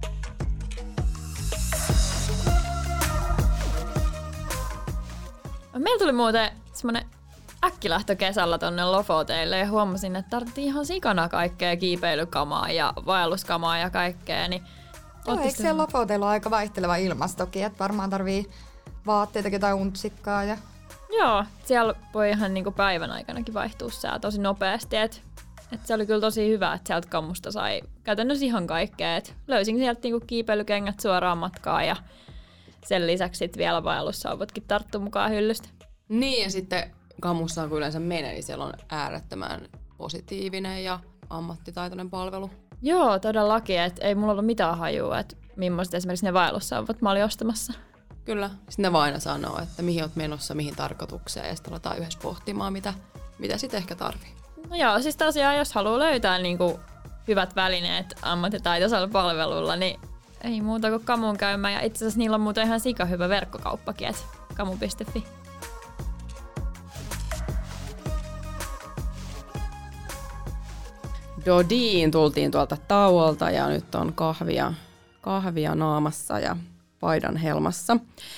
Meillä tuli muuten semmoinen äkkilähtö kesällä tonne Lofoteille ja huomasin, että tarvittiin ihan sikana kaikkea kiipeilykamaa ja vaelluskamaa ja kaikkea. Niin eikö siellä Lofoteilla ole aika vaihteleva ilmastokin, että varmaan tarvii vaatteitakin tai untsikkaa ja... Joo, siellä voi ihan niinku päivän aikanakin vaihtua sää tosi nopeasti, että se oli kyllä tosi hyvä, että sieltä kammusta sai käytännössä ihan kaikkea. Et löysin sieltä niinku kiipeilykengät suoraan matkaan ja sen lisäksi sit vielä vaellussauvutkin tarttu mukaan hyllystä. Niin, ja sitten kamussaan kun yleensä menee, niin siellä on äärettömän positiivinen ja ammattitaitoinen palvelu. Joo, todellakin. Et ei mulla ollut mitään hajua, että millaiset esimerkiksi ne vaellussauvut mä olin ostamassa. Kyllä. Sitten ne vaan aina sanoo, että mihin olet menossa, mihin tarkoitukseen, ja sitten aletaan yhdessä pohtimaan, mitä sitten ehkä tarvii. No joo, siis tosiaan jos haluaa löytää niinku hyvät välineet ammattitaitoisella palvelulla, niin ei muuta kuin Kamuun käymään. Ja itse asiassa niillä on muuten ihan sika hyvä verkkokauppakin, että kamu.fi. Dodiin tultiin tuolta tauolta ja nyt on kahvia naamassa ja paidan helmassa.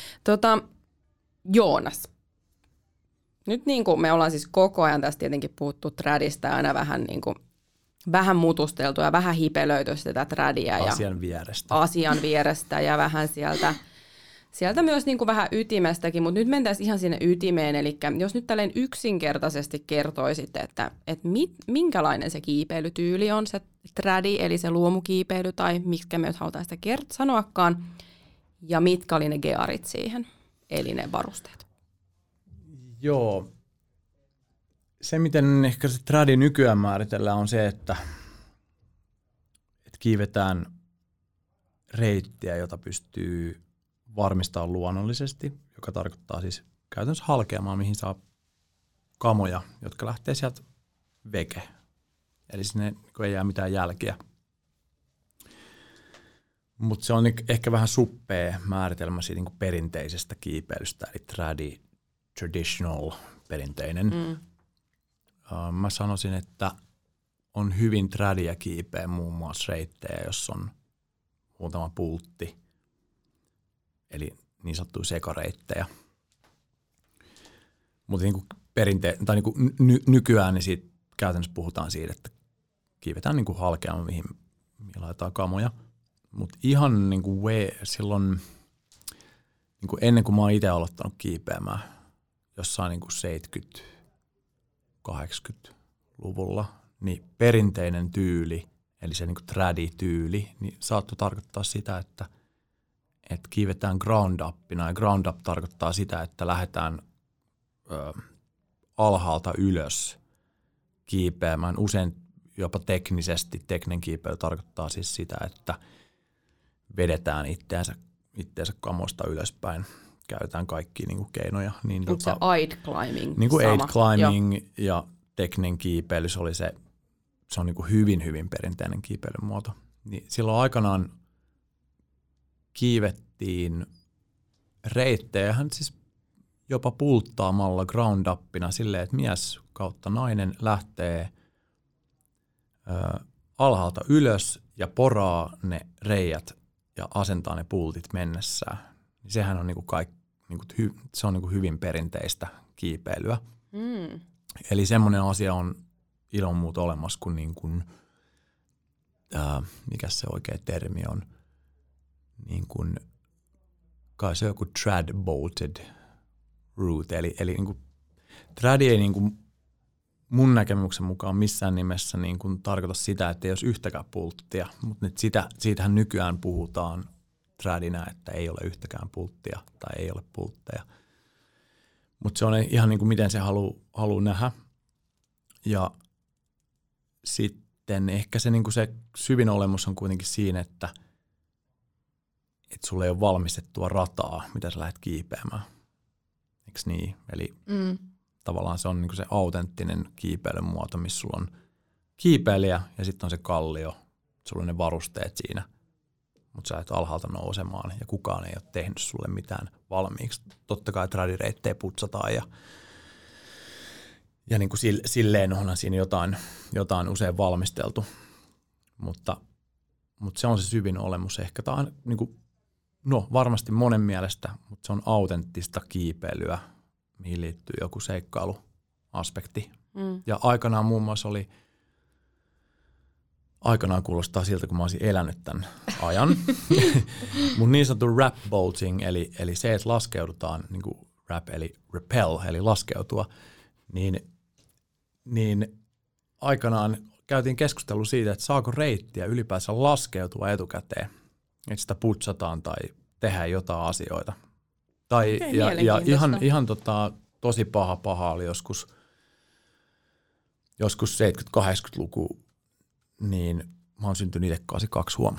Joonas. Nyt niin kuin me ollaan siis koko ajan tässä tietenkin puhuttu trädistä aina vähän mutusteltu ja vähän hipelöity sitä trädiä. Asian vierestä ja vähän sieltä myös niin kuin vähän ytimestäkin, mutta nyt mentäisiin ihan sinne ytimeen. Eli jos nyt tälleen yksinkertaisesti kertoisitte, että minkälainen se kiipeilytyyli on, se trädi, eli se luomukiipeily, tai miksi me nyt halutaan sitä sanoakaan, ja mitkä oli ne gearit siihen, eli ne varusteet. Joo. Se, miten ehkä se trädi nykyään määritellään, on se, että kiivetään reittiä, jota pystyy varmistamaan luonnollisesti, joka tarkoittaa siis käytännössä halkeamaan, mihin saa kamoja, jotka lähtee sieltä veke. Eli sinne ei jää mitään jälkiä. Mutta se on ehkä vähän suppea määritelmä siitä niin perinteisestä kiipeilystä, eli traditional, perinteinen. Mä sanoisin, että on hyvin tradia kiipeä muun muassa reittejä, jos on muutama pultti, eli niin sanottuja sekareittejä. Mutta niin nykyään niin siitä käytännössä puhutaan siitä, että kiivetään niin halkeamaan, mihin laitetaan kamoja. Mutta ihan niin silloin, niin ennen kuin mä oon itse aloittanut kiipeämään jossain niin 70-80-luvulla, niin perinteinen tyyli, eli se niin tradi-tyyli, niin saattoi tarkoittaa sitä, että kiivetään ground upina. Ja ground up tarkoittaa sitä, että lähdetään alhaalta ylös kiipeämään. Usein jopa tekninen kiipeily tarkoittaa siis sitä, että vedetään itteensä kamosta ylöspäin. Käytetään kaikkia niin kuin keinoja. Niin onko se aid climbing niin kuin aid climbing ja tekninen kiipeily, se on niin kuin hyvin, hyvin perinteinen kiipeilymuoto. Niin silloin aikanaan kiivettiin reittejä, siis jopa pulttaamalla ground upina silleen, että mies kautta nainen lähtee alhaalta ylös ja poraa ne reijät ja asentaa ne pultit mennessään. Sehän on se on hyvin perinteistä kiipeilyä. Eli semmoinen asia on ilman muuta olemassa kuin mikä se oikea termi on, niin kuin, kai se on joku trad bolted route, eli niin kuin, tradi ei niin kuin mun näkemyksen mukaan missään nimessä niin kuin tarkoita sitä, että ei olisi yhtäkään pulttia, mutta nyt siitähän nykyään puhutaan tradina, että ei ole yhtäkään pulttia tai ei ole pultteja. Mutta se on ihan niin kuin miten se haluaa nähdä. Ja sitten ehkä se, niin kuin se syvin olemus on kuitenkin siinä, että sulla ei ole valmistettua rataa, mitä sä lähdet kiipeämään. Eikö niin? Eli tavallaan se on niin kuin se autenttinen kiipeilymuoto, missä sulla on kiipeilijä ja sitten on se kallio. Sulla on ne varusteet siinä, mutta sä et alhaalta nousemaan ja kukaan ei ole tehnyt sulle mitään valmiiksi. Totta kai tradireittejä putsataan ja niin kuin silleen onhan siinä jotain usein valmisteltu, mutta se on se syvin olemus ehkä. Tämä on niin kuin, varmasti monen mielestä, mutta se on autenttista kiipeilyä, mihin liittyy joku seikkailuaspekti. Ja aikanaan muun muassa aikanaan kuulostaa siltä, kun mä olisin elänyt tämän ajan. Mun niin sanottu rap bolting, eli se, että laskeudutaan, niin kuin rap eli rappel, eli laskeutua, niin aikanaan käytiin keskustelua siitä, että saako reittiä ylipäänsä laskeutua etukäteen. Että sitä putsataan tai tehdä jotain asioita. Tai, Okei, ja mielenkiintoista. ihan tosi paha oli joskus 70-80-luku, niin mä oon syntynyt itse 82 huomenna.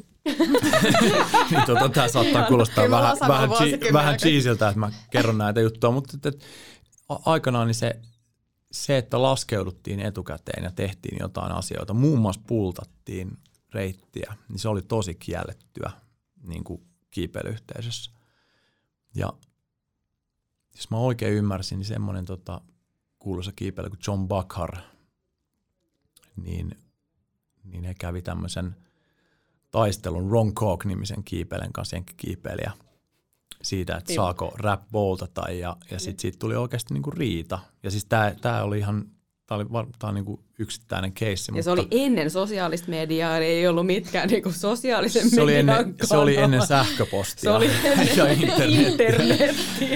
Niin tää saattaa kuulostaa vähän cheesiltä, että mä kerron näitä juttuja, mutta aikanaan niin se, että laskeuduttiin etukäteen ja tehtiin jotain asioita, muun muassa pultattiin reittiä, niin se oli tosi kiellettyä niin kuin kiipeilyyhteisössä. Ja jos mä oikein ymmärsin, niin semmoinen kuuluisa kiipeilijä kuin John Buckhar, niin he kävi tämmöisen taistelun Ron Cook-nimisen kiipeilijän kanssa, jenkkikiipeilijä, siitä, että saako rap boltata, ja sitten siitä tuli oikeasti niinku riita. Ja siis tää oli ihan, tää on niinku yksittäinen keissi. Ja se oli ennen sosiaalista mediaa, ei ollut mitkään niinku sosiaalisen median kanavaa. Se oli ennen sähköpostia. Se oli ennen internettiä.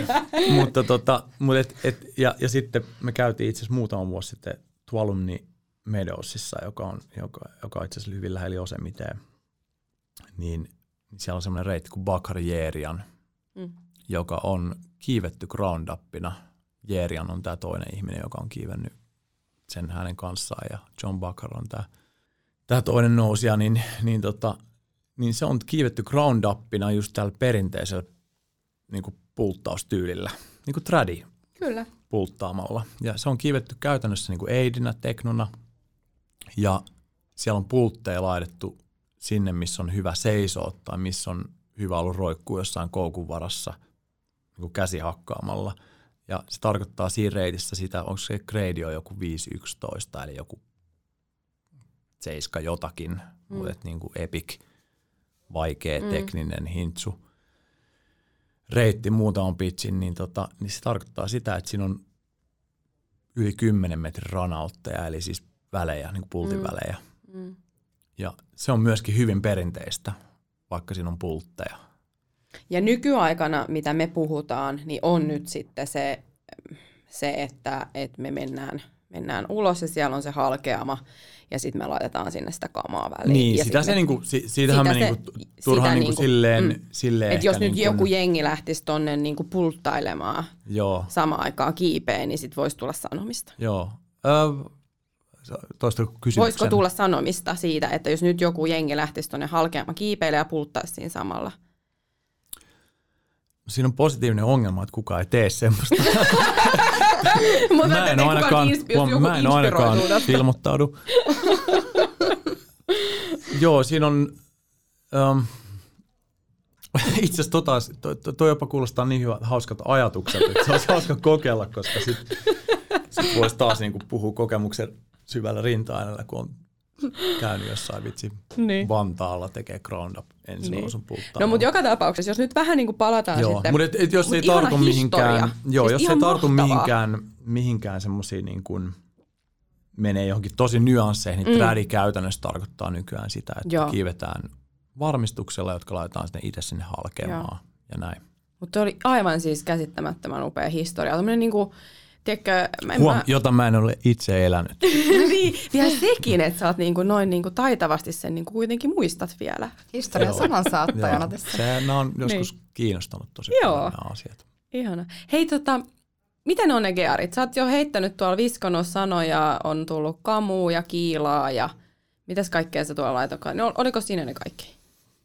Ja sitten me käytiin itse asiassa muutama vuosi sitten Tuolumni Meadowsissa, joka on itse asiassa hyvin lähellä Yosemiteen. Niin siellä on semmoinen reitti kuin Buckhar Yerian, joka on kiivetty ground upina. Yerian on tämä toinen ihminen, joka on kiivennyt sen hänen kanssaan, ja John Buckhar on tämä toinen nousija, niin se on kiivetty ground upina just tällä perinteisellä niin kuin pulttaustyylillä, niin kuin tradi Kyllä. pulttaamalla. Ja se on kiivetty käytännössä niin kuin aidinä, teknona, ja siellä on pultteja laitettu sinne, missä on hyvä seisoa tai missä on hyvä ollut roikkuu jossain koukun varassa niin kuin käsi hakkaamalla. Ja se tarkoittaa siinä reitissä sitä, onko se grade on joku 5.11 eli joku 7 jotakin, mutta niin kuin epic, vaikea, tekninen, hintsu reitti muutaman pitchin, niin se tarkoittaa sitä, että siinä on yli 10 metrin ranautteja, eli siis välejä, niin kuin pultin välejä. Ja se on myöskin hyvin perinteistä, vaikka siinä on pultteja. Ja nykyaikana, mitä me puhutaan, niin on nyt sitten se että me mennään ulos ja siellä on se halkeama ja sitten me laitetaan sinne sitä kamaa väliin. Niin, ja siitähän me turhaan niinku silleen että jos nyt joku jengi lähtisi tonne niinku pulttailemaan samaan aikaan kiipeen, niin sitten voisi tulla sanomista. Joo. Toista kysymyksen. Voisiko tulla sanomista siitä, että jos nyt joku jengi lähtisi tonne halkeama kiipeille ja pulttaisi siinä samalla? Siinä on positiivinen ongelma, että kukaan ei tee semmoista. Mä en ainakaan ilmoittaudu. Joo, siinä on itse asiassa toi jopa kuulostaa niin hauskalta ajatukselta, että se olisi hauska kokeilla, koska sit voisi taas niinku puhua kokemuksen syvällä rinta-äänellä, kun on käynyt jossain Vantaalla tekee ground up ensinousun pulttaa. No mutta joka tapauksessa, jos nyt vähän niin kuin palataan sitten. Mutta jos ei tartu mihinkään, jos ei tartu mihinkään semmoisia niin kuin menee johonkin tosi nyansseihin, niin tradi käytännössä tarkoittaa nykyään sitä, että kiivetään varmistuksella, jotka laitetaan sinne halkeamaan ja näin. Mutta oli aivan siis käsittämättömän upea historia. Tämmöinen niinku tiedätkö, jota mä en ole itse elänyt. Niin, vielä sekin, että sä oot noin taitavasti sen kuitenkin muistat vielä. Historian sanansaattajana tässä. Nämä on joskus kiinnostanut tosi paljon nämä asiat. Ihana. Hei, miten on ne gearit? Sä oot jo heittänyt tuolla viskonut sanoja, on tullut kamua ja kiilaa ja mitäs kaikkea sä tuolla laitokaan? No, oliko siinä ne kaikki?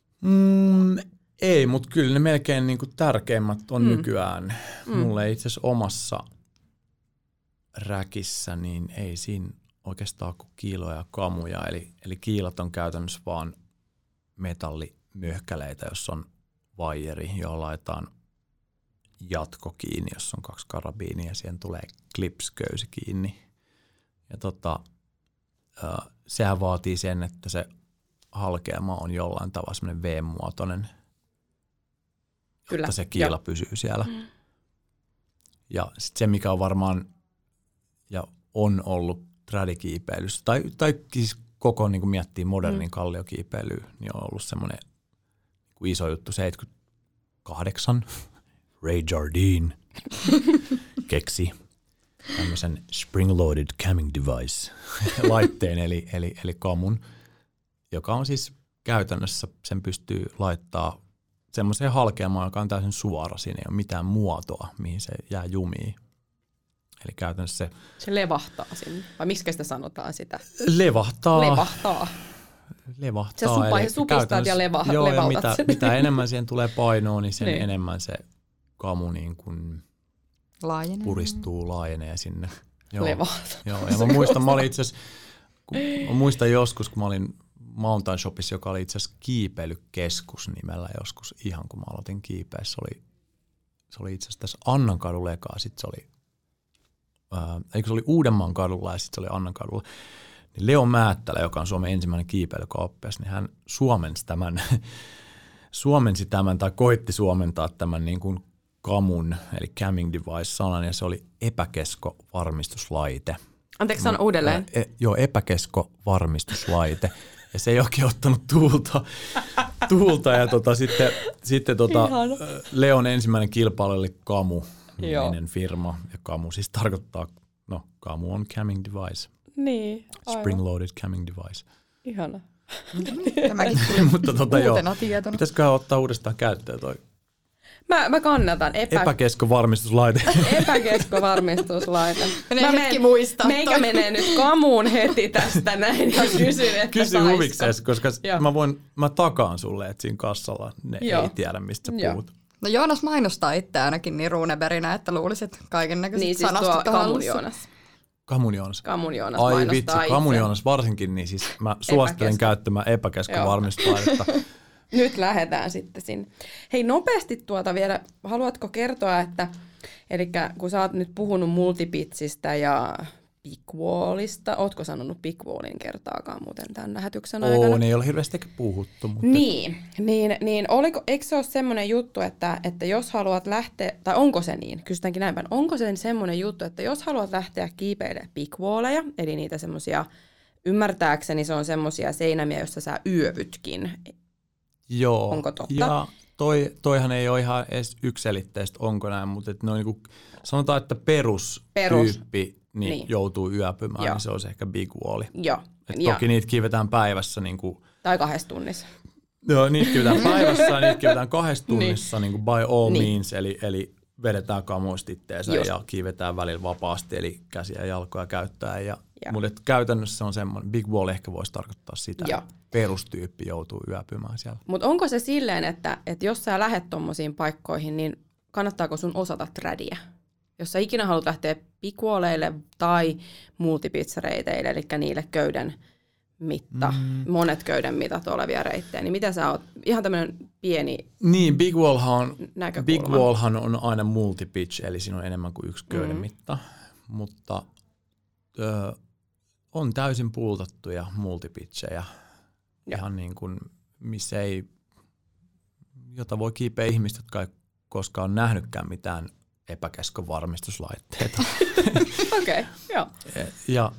Ei, mutta kyllä ne melkein niinku tärkeimmät on nykyään. Mulle itse asiassa omassa räkissä, niin ei siinä oikeastaan kuin kiiloja ja kamuja. Eli kiilat on käytännössä vaan metallimyhkäleitä, jossa on vaijeri, johon laitetaan jatko kiinni, jos on 2 karabiinia ja siihen tulee clips-köysi kiinni. Ja sehän vaatii sen, että se halkeama on jollain tavalla semmoinen V-muotoinen, jotta se kiila pysyy siellä. Ja sitten se, mikä on varmaan ja on ollut tradikiipeilyssä, tai siis koko niin kuin miettii modernin kalliokiipeilyä, niin on ollut semmoinen iso juttu 78. Ray Jardine keksi tämmöisen spring-loaded camming device laitteen, eli kamun, joka on siis käytännössä, sen pystyy laittaa semmoiseen halkeamaan, joka on täysin suora. Siinä ei ole mitään muotoa, mihin se jää jumiin. Eli käytännössä se levahtaa sinne. Vai miksi sitä sanotaan sitä? Levahtaa. Se supistat ja levautat. Joo, ja mitä enemmän siihen tulee painoa, niin sen enemmän se kamu niin kuin puristuu, laajenee sinne. Levahtaa. Joo, ja mä olin itse asiassa, muistan joskus, kun mä olin Mountain Shopissa, joka oli itse asiassa kiipeilykeskus nimellä joskus, ihan kun mä aloitin kiipeä. Se oli itse asiassa tässä Annankadulla ekaa, sitten se oli Uudenmaan kadulla ja sitten se oli Annankadulla. Niin Leo Määttälä, joka on Suomen ensimmäinen kiipeilykauppias, niin hän suomensi tämän tai koitti suomentaa tämän niin kuin kamun, eli camming device-sanan, ja se oli epäkeskovarmistuslaite. Anteeksi, sano uudelleen. Joo, epäkeskovarmistuslaite. Ja se ei oikein ottanut tuulta ja sitten Leon ensimmäinen kilpailu oli Kamu-niminen firma. Ja Kamu siis tarkoittaa, Kamu on camming device. Niin, spring-loaded camming device. Ihana. Tämäkin tuli uutena tietona. Pitäisikö ottaa uudestaan käyttöön toi? Mä kannatan. Epäkeskovarmistuslaite. Epäkeskovarmistuslaite. Menee hetki muistaa. Meikä menee nyt kamuun heti tästä näin ja kysyn, että kysy huviksesi, koska mä takaan sulle, että siinä kassalla ne ei tiedä, mistä sä puhut. No Joonas mainostaa itse ainakin niin ruuneberinä, että luulisi, että kaiken näköiset sanastot on hallussa. Kamun Joonas. Ai vitsi, Kamun Joonas varsinkin, niin siis mä suosittelen käyttämään epäkeskovarmistuslaitetta. Nyt lähdetään sitten sinne. Hei, nopeasti vielä, haluatko kertoa, että eli kun sä oot nyt puhunut multipitsistä ja Bigwallista, ootko sanonut Bigwallin kertaakaan muuten tämän lähetyksen aikana? Ne ei ole hirveästi puhuttu. Mutta... Niin, eikö se ole semmoinen juttu, että jos haluat lähteä, tai onko se niin, kysytäänkin näin päin, onko se semmoinen juttu, että jos haluat lähteä kiipeilemään Bigwalleja, eli niitä semmoisia, ymmärtääkseni se on semmoisia seinämiä, joissa sä yövytkin. Joo. Onko totta? Ja toihan ei ole ihan edes yksiselitteistä, onko näin, mutta ne on niinku, sanotaan, että perustyyppi niin joutuu yöpymään, niin se olisi ehkä Big Walli. Joo. Toki niitä kiivetään päivässä. Tai 2 tunnissa. Joo, niitä kivetään päivässä ja niitä kivetään 2 tunnissa niin kuin by all means, eli vedetään kamuista itteensä ja kiivetään välillä vapaasti, eli käsiä ja jalkoja käyttää. Mutta käytännössä on semmoinen, Big Wall ehkä voisi tarkoittaa sitä, että perustyyppi joutuu yöpymään siellä. Mutta onko se silleen, että jos sä lähdet tommosiin paikkoihin, niin kannattaako sun osata trädiä? Jos sä ikinä haluat lähteä Big Walleille tai multipizzareiteille, eli niille köyden monet köyden mitat olevia reittejä, niin mitä sä oot? Ihan tämmöinen pieni niin, Big Wallhan on aina multipitch, eli siinä on enemmän kuin yksi köyden mitta, mutta on täysin puultattuja multipitchejä, ihan niin kuin, missä ei, jota voi kiipeä ihmistä, jotka ei koskaan nähnytkään mitään epäkeskovarmistuslaitteita. Okei, joo. Ja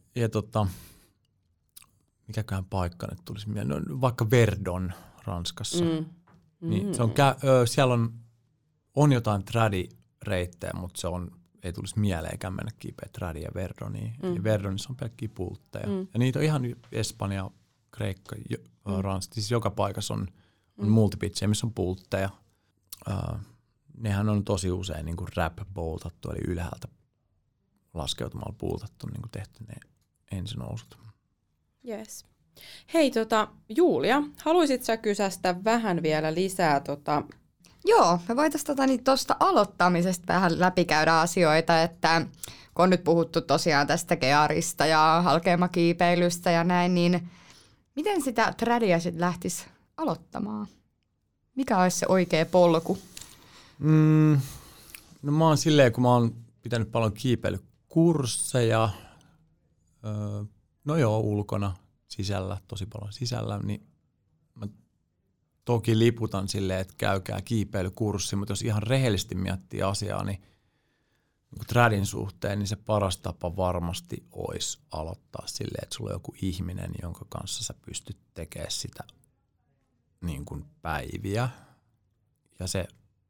mikäkään paikka nyt tulisi mieleen, no, vaikka Verdon Ranskassa. Niin se on siellä on jotain tradi-reittejä, mutta ei tulisi mieleenkään mennä kiipeä tradi ja Verdoniin. Eli Verdonissa on pelkkiä pultteja. Ja niitä on ihan Espanja, Kreikka, Ranska. Siis joka paikassa on multipitchejä, missä on pultteja. Nehän on tosi usein niin kuin rap-boltattu, eli ylhäältä laskeutumalla pultattu, niin kuin tehty ne ensinousut. Yes. Hei, Julia, haluaisit sä kysästä vähän vielä lisää? Joo, me voitaisiin tuosta aloittamisesta vähän läpikäydä asioita, että kun on nyt puhuttu tosiaan tästä gearista ja halkeamakiipeilystä ja näin, niin miten sitä tradia sitten lähtisi aloittamaan? Mikä olisi se oikea polku? No mä oon silleen, kun mä oon pitänyt paljon kiipeilykursseja, ulkona, sisällä, tosi paljon sisällä, niin mä toki liputan silleen, että käykää kiipeilykurssi, mutta jos ihan rehellisesti miettii asiaa, niin tradin suhteen, niin se paras tapa varmasti olisi aloittaa silleen, että sulla on joku ihminen, jonka kanssa sä pystyt tekemään sitä niin kuin päiviä. Ja se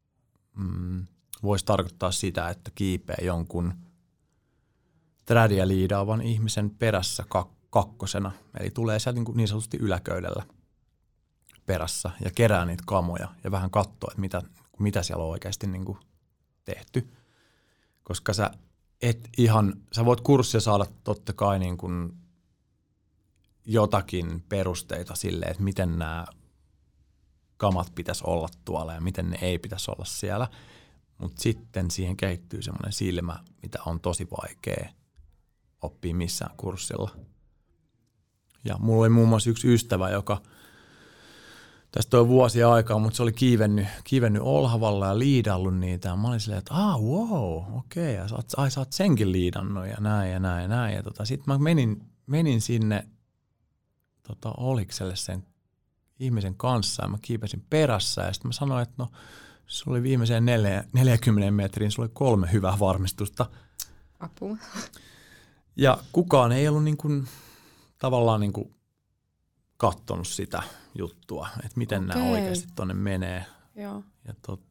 voisi tarkoittaa sitä, että kiipeä jonkun tradia liidaavan ihmisen perässä kakkosena. Eli tulee sieltä niin sanotusti yläköydellä perässä ja kerää niitä kamoja ja vähän katsoo, että mitä siellä on oikeasti niin kuin tehty. Koska sä voit kurssia saada totta kai niin kuin jotakin perusteita sille, että miten nämä kamat pitäisi olla tuolla ja miten ne ei pitäisi olla siellä. Mutta sitten siihen kehittyy semmoinen silmä, mitä on tosi vaikea oppia missään kurssilla. Ja mulla oli muun muassa yksi ystävä, joka tästä on vuosia aikaa, mutta se oli kiivennyt Olhavalla ja liidallut niitä. Ja mä olin silleen, että wow, okei, ja sä oot senkin liidannut ja näin ja näin ja näin. Ja sitten mä menin sinne Olikselle sen ihmisen kanssa ja mä kiipesin perässä ja sitten mä sanoin, että no se oli viimeiseen 40 metriin, se oli 3 hyvää varmistusta. Apua. Ja kukaan ei ollut tavallaan katsonut sitä juttua, että miten nämä oikeasti tuonne menee. Joo. Ja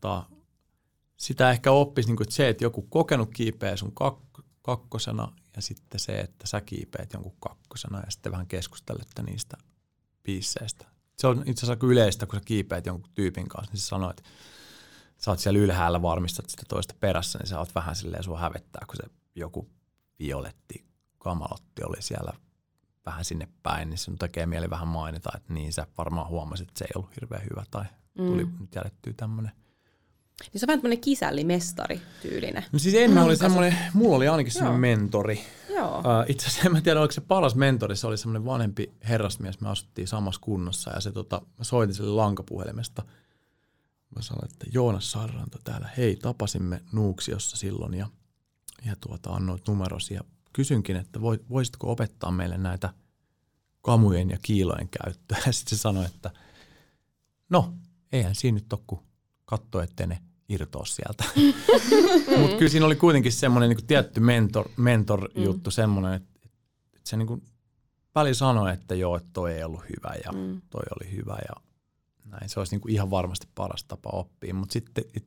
sitä ehkä oppisi, että se, että joku kokenut kiipeä sun kakkosena ja sitten se, että sä kiipeät jonkun kakkosena ja sitten vähän keskustelette niistä biisseistä. Se on itse asiassa yleistä, kun sä kiipeät jonkun tyypin kanssa, niin sä sanoo, että sä oot siellä ylhäällä, varmistat sitä toista perässä, niin sä oot vähän silleen, sua hävettää, kun se joku violetti kamalotti oli siellä vähän sinne päin, niin sun tekee mieli vähän mainita, että niin sä varmaan huomasit, että se ei ollut hirveän hyvä tai tuli nyt jätettyä tämmönen. Niin se on vähän tämmöinen kisällimestari-tyylinen. No siis ennen oli semmoinen, mulla oli ainakin semmoinen mentori. Joo. Itse asiassa en mä tiedä, oliko se paras mentori, se oli semmoinen vanhempi herrasmies, me asuttiin samassa kunnassa ja se mä soitin sille lankapuhelimesta. Mä sanoin, että Joonas Sarranta täällä, hei, tapasimme Nuuksiossa silloin ja annoit numerosi ja kysynkin, että voisitko opettaa meille näitä kamujen ja kiilojen käyttöä. Ja sitten se sanoi, että no, eihän siinä nyt ole, kun katsoo, ettei ne irtoa sieltä. Mutta kyllä siinä oli kuitenkin semmoinen niin kuin tietty mentor-juttu, semmoinen, että se niin kuin väli sanoi, että joo, että toi ei ollut hyvä ja toi oli hyvä ja näin. Se olisi niin kuin ihan varmasti paras tapa oppia, mutta sitten, että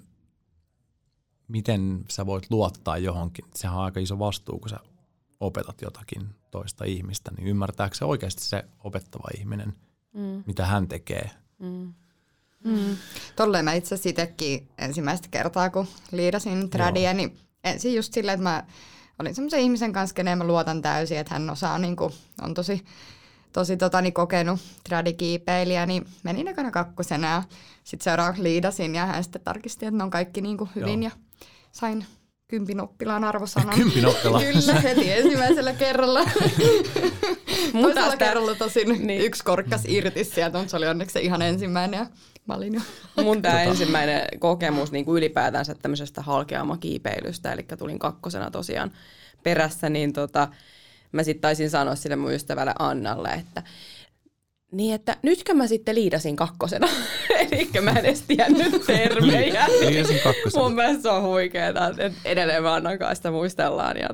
miten sä voit luottaa johonkin. Sehän on aika iso vastuu, kun sä opetat jotakin toista ihmistä, niin ymmärtääkö se oikeasti se opettava ihminen, mitä hän tekee? Tolleen mä itse asiassa itsekin ensimmäistä kertaa, kun liidasin tradia, niin ensin just silleen, että mä olin semmoisen ihmisen kanssa, keneen mä luotan täysin, että hän osaa, on tosi kokenut tradikiipeilijä, niin menin ekana kakkosena ja sitten seuraavaksi liidasin ja hän sitten tarkisti, että ne on kaikki hyvin ja sain 10 oppilaan arvosanan. 10 oppilaan? Kyllä, heti ensimmäisellä kerralla. Toisella kerralla tosin yksi korkkas irti sieltä, mutta se oli onneksi se ihan ensimmäinen ja mä olin jo. Mun tämä ensimmäinen kokemus ylipäätänsä tämmöisestä halkeamakiipeilystä, eli tulin kakkosena tosiaan perässä, niin mä sitten taisin sanoa sille mun ystävälle Annalle, että niin, että nytkö mä sitten liidasin kakkosena? Elikkä mä en edes tiennyt termejä. Liidasin kakkosena. Mun mielestä se on huikeeta, että edelleen mä Annan kanssa sitä muistellaan. Ja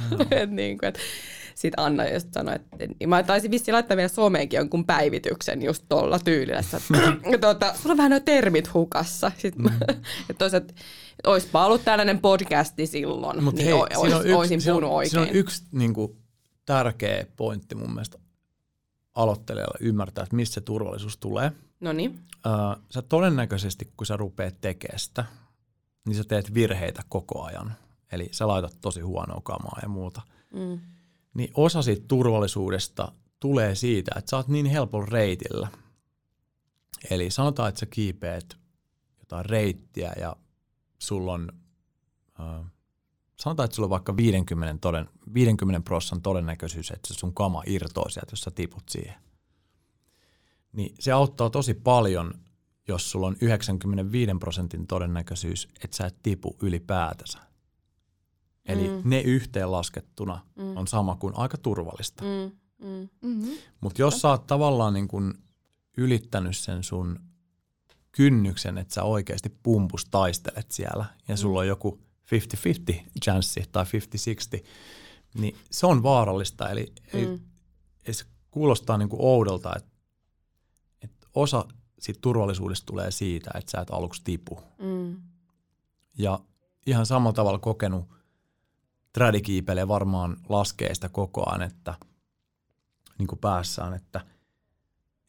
sitten Anna just sanoi, että mä taisin vissiin laittaa vielä someenkin jonkun päivityksen just tuolla tyylillä. Sulla on vähän nuo termit hukassa. Että olisipa ollut tällainen podcasti silloin, mut niin hei, olisin puhunut oikein. Siinä on yksi tärkeä pointti mun mielestä aloittelijalle ymmärtää, että mistä se turvallisuus tulee. Noniin. Sä todennäköisesti, kun sä rupeat tekemään sitä, niin sä teet virheitä koko ajan. Eli sä laitat tosi huonoa kamaa ja muuta. Niin osa siitä turvallisuudesta tulee siitä, että sä oot niin helpolla reitillä. Eli sanotaan, että sä kiipeät jotain reittiä ja sulla on, sanotaan, että sulla on vaikka 50% todennäköisyys, että se sun kama irtoaa sieltä, jos sä tiput siihen. Niin se auttaa tosi paljon, jos sulla on 95% todennäköisyys, että sä et tipu ylipäätänsä. Eli ne yhteenlaskettuna on sama kuin aika turvallista. Mutta jos sä oot tavallaan niin kun ylittänyt sen sun kynnyksen, että sä oikeasti pumpus taistelet siellä ja sulla on joku 50-50 chanssi tai 50-60, niin se on vaarallista. Eli se kuulostaa niin kuin oudolta, että osa siitä turvallisuudesta tulee siitä, että sä et aluksi tipu. Ja ihan samalla tavalla kokenut tradikiipeilijä varmaan laskee sitä koko ajan, että niin kuin päässään, että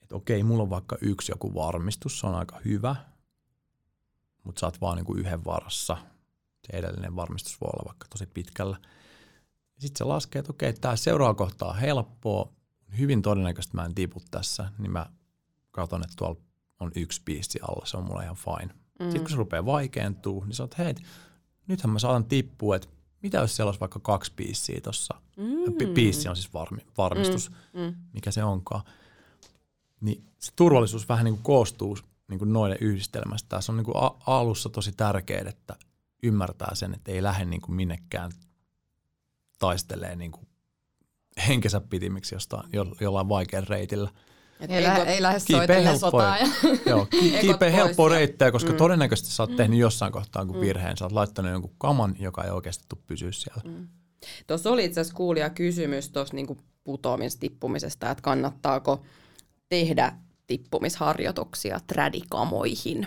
että okei, mulla on vaikka yksi joku varmistus, se on aika hyvä, mutta sä oot vaan niin kuin yhden varassa. Se edellinen varmistus voi olla vaikka tosi pitkällä. Sitten se laskee, että okei, tämä seuraava kohta on helppoa, hyvin todennäköisesti mä en tipu tässä, niin mä katson, että tuolla on yksi piissi alla, se on mulle ihan fine. Sitten kun se rupeaa vaikeentua, niin sä oot, hei, nythän mä saatan tippua, että mitä jos siellä olisi vaikka 2 piissiä tuossa. Piissi on siis varmistus, mikä se onkaan. Niin se turvallisuus vähän niin kuin koostuu niin kuin noiden yhdistelmästä. Tässä on niin kuin alussa tosi tärkeää, että ymmärtää sen, että ei lähde niin kuin minnekään taistelee niin kuin henkensä pitimiksi jollain vaikealla reitillä. Ei lähde soitelle sotaa. Joo, kiipeä helppoa reittejä, koska todennäköisesti sä oot tehnyt jossain kohtaa kuin virheen. Sä oot laittanut jonkun kaman, joka ei oikeasti tule pysyä siellä. Tuossa oli itse asiassa kuulija kysymys tuossa niinku tippumisesta, että kannattaako tehdä tippumisharjoituksia trädikamoihin.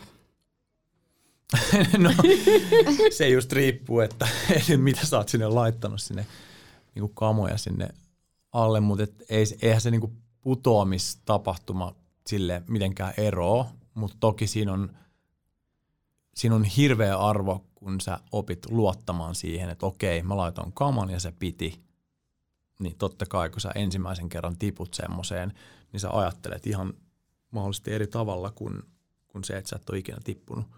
No, se just riippuu, että mitä sä oot sinne laittanut sinne niinku kamoja sinne alle, mutta eihän se niinku putoamistapahtuma sille mitenkään eroa, mutta toki siinä on hirveä arvo, kun sä opit luottamaan siihen, että okei, mä laitoin kaman ja se piti, niin totta kai kun sä ensimmäisen kerran tiput semmoiseen, niin sä ajattelet ihan mahdollisesti eri tavalla kuin se, että sä et ole ikinä tippunut.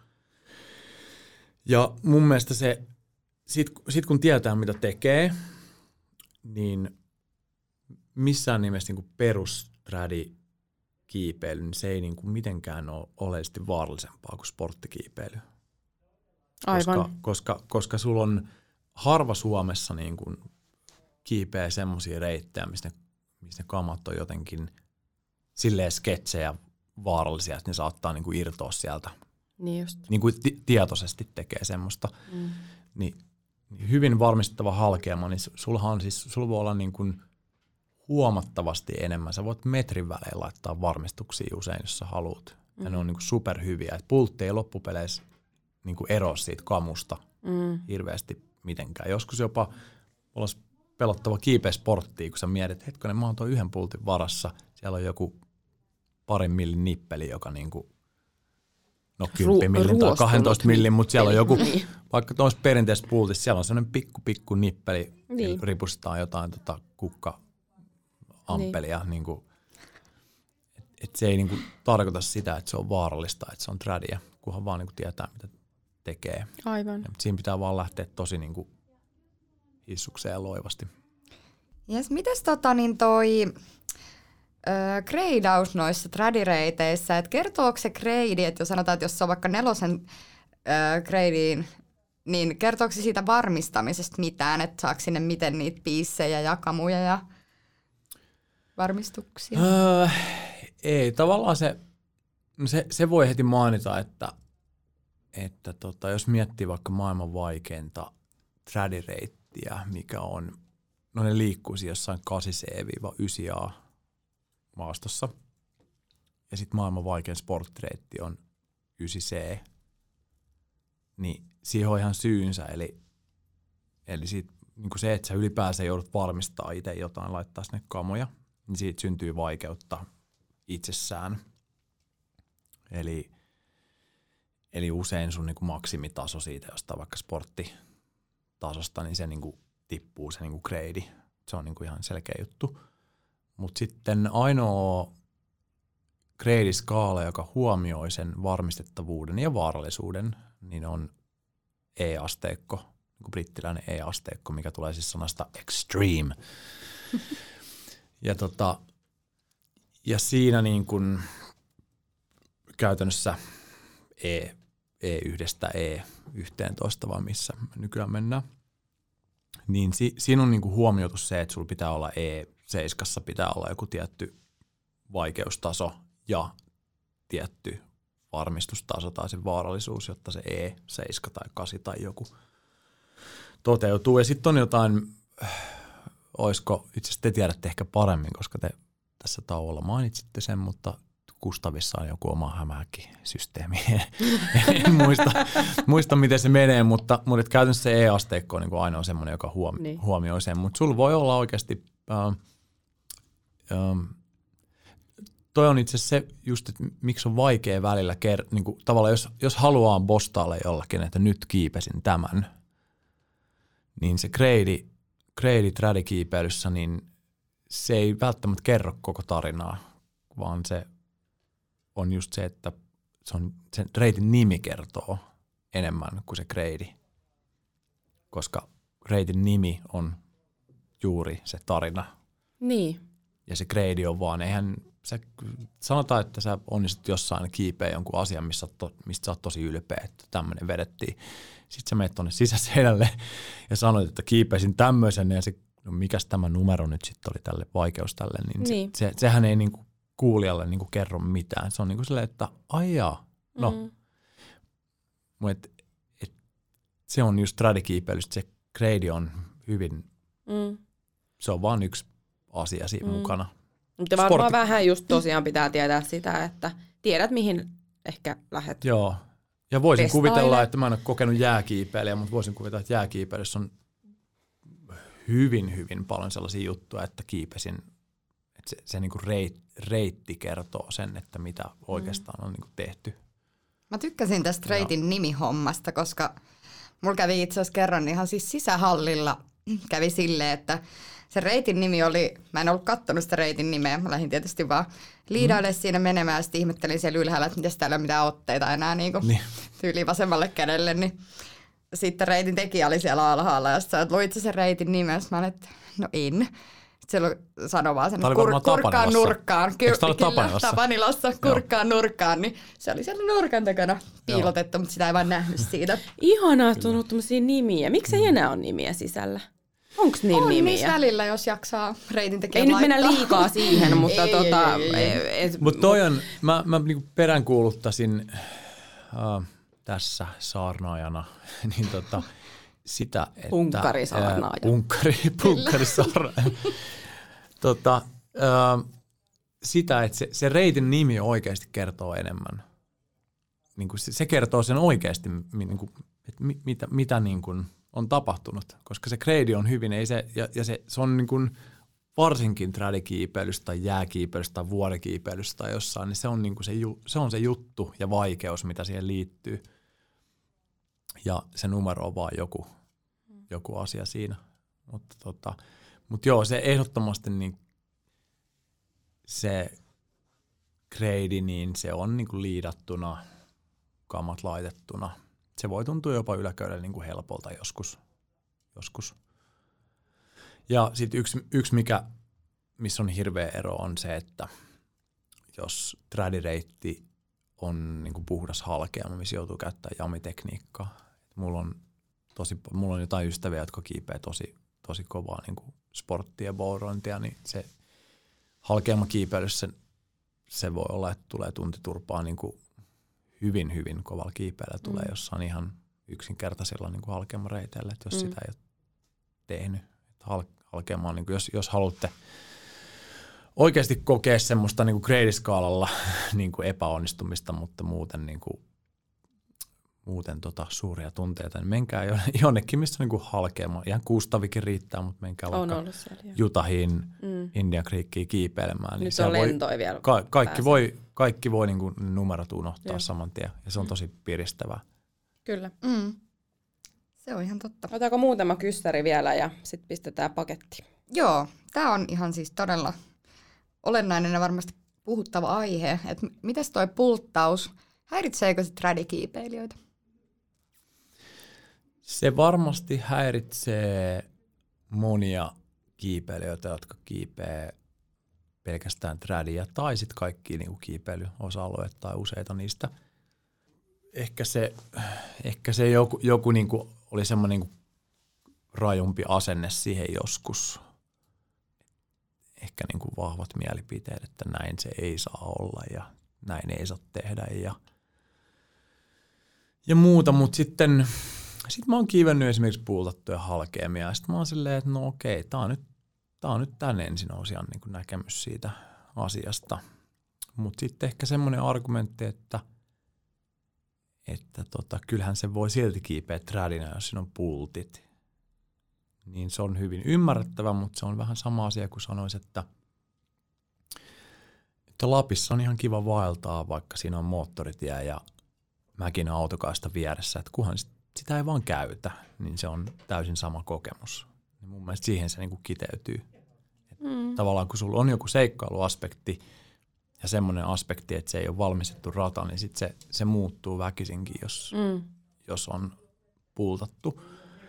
Ja mun mielestä se, sit kun tietää mitä tekee, niin missään nimessä niin perusträdikiipeily, niin se ei niin kuin mitenkään ole oleellisesti vaarallisempaa kuin sporttikiipeily. Aivan. Koska sulla on harva Suomessa niin kuin kiipeä semmoisia reittejä, missä ne kamat on jotenkin silleen sketsejä vaarallisia, että ne saattaa niin kuin irtoa sieltä. Niin just. Niin kuin tietoisesti tekee semmoista. Niin hyvin varmistettava halkeama, niin sulla voi olla niin kuin huomattavasti enemmän. Sä voit metrin välein laittaa varmistuksia usein, jos sä haluat. Ja ne on niin kuin superhyviä. Et pultti ei loppupeleissä niin kuin eroa siitä kamusta hirveästi mitenkään. Joskus jopa olisi pelottava kiipeä sporttia, kun sä mietit, hetkonen, mä oon tuon yhden pultin varassa. Siellä on joku 2 millin nippeli, joka niinku, no 10 millin tai 12 millin, mutta siellä on joku, vaikka tuossa perinteisessä pultissa, siellä on sellainen pikku nippeli, niin ripustaa jotain kukka-ampelia. Niin. Niinku, et se ei niinku tarkoita sitä, että se on vaarallista, että se on tradia, kunhan vaan niinku tietää, mitä tekee. Aivan. Ja, siinä pitää vaan lähteä tosi niinku hissukseen ja loivasti. Jes, mites greidaus noissa tradireiteissä, että kertooko se greidi, että jos sanotaan, että jos se on vaikka 4 greidiin, niin kertooko se siitä varmistamisesta mitään, että saako sinne miten niitä piissejä ja kamuja ja varmistuksia? Ei, tavallaan se voi heti mainita, että jos miettii vaikka maailman vaikeinta tradireittiä, mikä on, no ne liikkuisi jossain 8C-9A maastossa. Ja sitten maailman vaikein sporttireitti on 9C. Niin siihen on ihan syynsä. Eli siitä, niin se, että sä ylipäänsä joudut varmistaa itse jotain, laittaa sinne kamoja, niin siitä syntyy vaikeutta itsessään. Eli usein sun niin kuin maksimitaso siitä jostain vaikka sporttitasosta, niin se niin kuin tippuu se niin kuin grade. Se on niin kuin ihan selkeä juttu. Mutta sitten ainoa grade-skaala, joka huomioi sen varmistettavuuden ja vaarallisuuden, niin on E-asteikko, niin kuin brittiläinen E-asteikko, mikä tulee siis sanasta extreme. Ja siinä niin kuin käytännössä E1 E11, vaan missä nykyään mennään, niin siinä on niin kuin huomioitu se, että sulla pitää olla E7, pitää olla joku tietty vaikeustaso ja tietty varmistustaso tai se vaarallisuus, jotta se E7 tai 8 tai joku toteutuu. Ja sitten on jotain, oisko, itse asiassa te tiedätte ehkä paremmin, koska te tässä tauolla mainitsitte sen, mutta Kustavissa on joku oma hämähäkkisysteemi. En muista, miten se menee, mutta käytännössä se E-asteikko on niin kuin ainoa semmoinen, joka huomioi sen. Mutta sulla voi olla oikeasti toi on itse asiassa se just, että miksi on vaikea välillä, niin kuin, tavallaan jos haluaa bostaalle jollakin, että nyt kiipesin tämän, niin se grade trad-kiipeilyssä, niin se ei välttämättä kerro koko tarinaa, vaan se on just se, että sen reitin nimi kertoo enemmän kuin se grade, koska reitin nimi on juuri se tarina. Niin. Ja se grade on vaan, sanotaan, että sä onnistut jossain kiipeä jonkun asian, mistä sä oot tosi ylpeä, että tämmöinen vedettiin. Sitten sä menet tonne sisäseinälle ja sanoit, että kiipesin tämmöisen, ja no mikäs tämä numero nyt sitten oli tälle, vaikeus tälle, niin. Sehän ei niinku kuulijalle niinku kerro mitään. Se on niinku silleen, että aijaa, no. Mutta se on just tradikiipeilystä, se grade on hyvin, se on vaan yksi asia siinä mukana. Mutta varmaan vähän just tosiaan pitää tietää sitä, että tiedät mihin ehkä lähdet. Joo, ja voisin kuvitella, että mä en ole kokenut jääkiipeilijä, mutta voisin kuvitella, että jääkiipeilyssä on hyvin, hyvin paljon sellaisia juttuja, että kiipesin, että se niinku reitti kertoo sen, että mitä oikeastaan on niinku tehty. Mä tykkäsin tästä reitin nimihommasta, koska mulla kävi itse asiassa kerran ihan siis sisähallilla kävi silleen, että se reitin nimi oli, mä en ollut kattonut sitä reitin nimeä, mä lähdin tietysti vaan liidaille siinä menemään ja sitten ihmettelin siellä ylhäällä, että mitäs täällä on mitään otteita enää niinku tyyliin vasemmalle kädelle, niin sitten reitin tekijä oli siellä alhaalla ja sitten luit sen reitin nimeä ja mä olin, että no en. Sitten se sanoi vaan sen kurkkaan nurkkaan. Kyllä, Tapanilassa kurkkaan nurkkaan, niin se oli siellä nurkan takana piilotettu, mutta sitä ei vaan nähnyt siitä. Ihanaa, että on ollut tämmöisiä nimiä. Miksi ei enää ole nimiä sisällä? Onko niin on nimiä? niissä välillä, jos jaksaa reitin tekijä ei laittaa. Nyt mennä liikaa siihen, mutta Mutta toi on, mä niinku peräänkuuluttaisin tässä saarnaajana, niin sitä, että Punkkarisaarnaaja. Punkkarisaarnaaja. Sitä, että se reitin nimi oikeasti kertoo enemmän. Niin kuin se kertoo sen oikeasti, niin kuin, että mitä niin kuin on tapahtunut, koska se grade on hyvin, ei se, ja se on niin kuin varsinkin tradikiipeilystä tai jääkiipeilystä tai vuorikiipeilystä tai jossain, niin se on, niin kuin se on se juttu ja vaikeus, mitä siihen liittyy. Ja se numero on vaan joku asia siinä. Mutta joo, se ehdottomasti niin se grade, niin se on niin kuin liidattuna, kamat laitettuna. Se voi tuntua jopa yläköydellä niin kuin helpolta joskus. Ja sitten yksi missä on hirveä ero, on se, että jos tradireitti on niin kuin puhdas halkeama, missä joutuu käyttämään jamitekniikkaa. Mulla on jotain ystäviä, jotka kiipeää tosi kovaa niin kuin sporttia ja boulderingia, niin se halkeamakiipeilyssä se voi olla, että tulee tuntiturpaa niin kuin hyvin, hyvin kovalla kiipeillä. Tulee jossain ihan yksinkertaisilla niin kuin halkeamareiteillä, että jos sitä ei ole tehnyt. Halkeama on, niin kuin, jos haluatte oikeasti kokea semmoista niin kuin grade-skaalalla niin kuin epäonnistumista, mutta muuten suuria tunteita, niin menkää jonnekin, missä on niin halkeama. Ihan Kustavikin riittää, mutta menkää vaikka Utahiin, Indian Creekiin kiipeilemään. Nyt on lentoja vielä. Kaikki voi niin kuin numerot unohtaa saman tien, ja se on tosi piristävää. Kyllä. Se on ihan totta. Otetaanko muutama kyssäri vielä ja sitten pistetään paketti? Joo, tämä on ihan siis todella olennainen ja varmasti puhuttava aihe. Että mitäs toi pulttaus, häiritseekö se tradikiipeilijöitä? Se varmasti häiritsee monia kiipeilijöitä, jotka kiipee pelkästään tradia tai sitten kaikki niinku kiipeilyosa-alueet tai useita niistä. Ehkä se joku niinku oli semmoinen niinku rajumpi asenne siihen joskus. Ehkä niinku vahvat mielipiteet, että näin se ei saa olla ja näin ei saa tehdä ja muuta, mutta sitten mä oon kiivennyt esimerkiksi pultattuja halkeamia ja sitten mä oon silleen, että no okei, tää on nyt tän ensinousijan niin kuin näkemys siitä asiasta. Mutta sitten ehkä semmoinen argumentti, että kyllähän se voi silti kiipeä tradina, jos siinä on pultit. Niin se on hyvin ymmärrettävä, mutta se on vähän sama asia kuin sanoisi, että Lapissa on ihan kiva vaeltaa, vaikka siinä on moottoritie ja mäkin autokaista vieressä, että kunhan sitä ei vaan käytä, niin se on täysin sama kokemus. Ja mun mielestä siihen se niinku kiteytyy. Tavallaan kun sulla on joku seikkailuaspekti ja semmoinen aspekti, että se ei ole valmistettu rata, niin sit se muuttuu väkisinkin, jos on pultattu.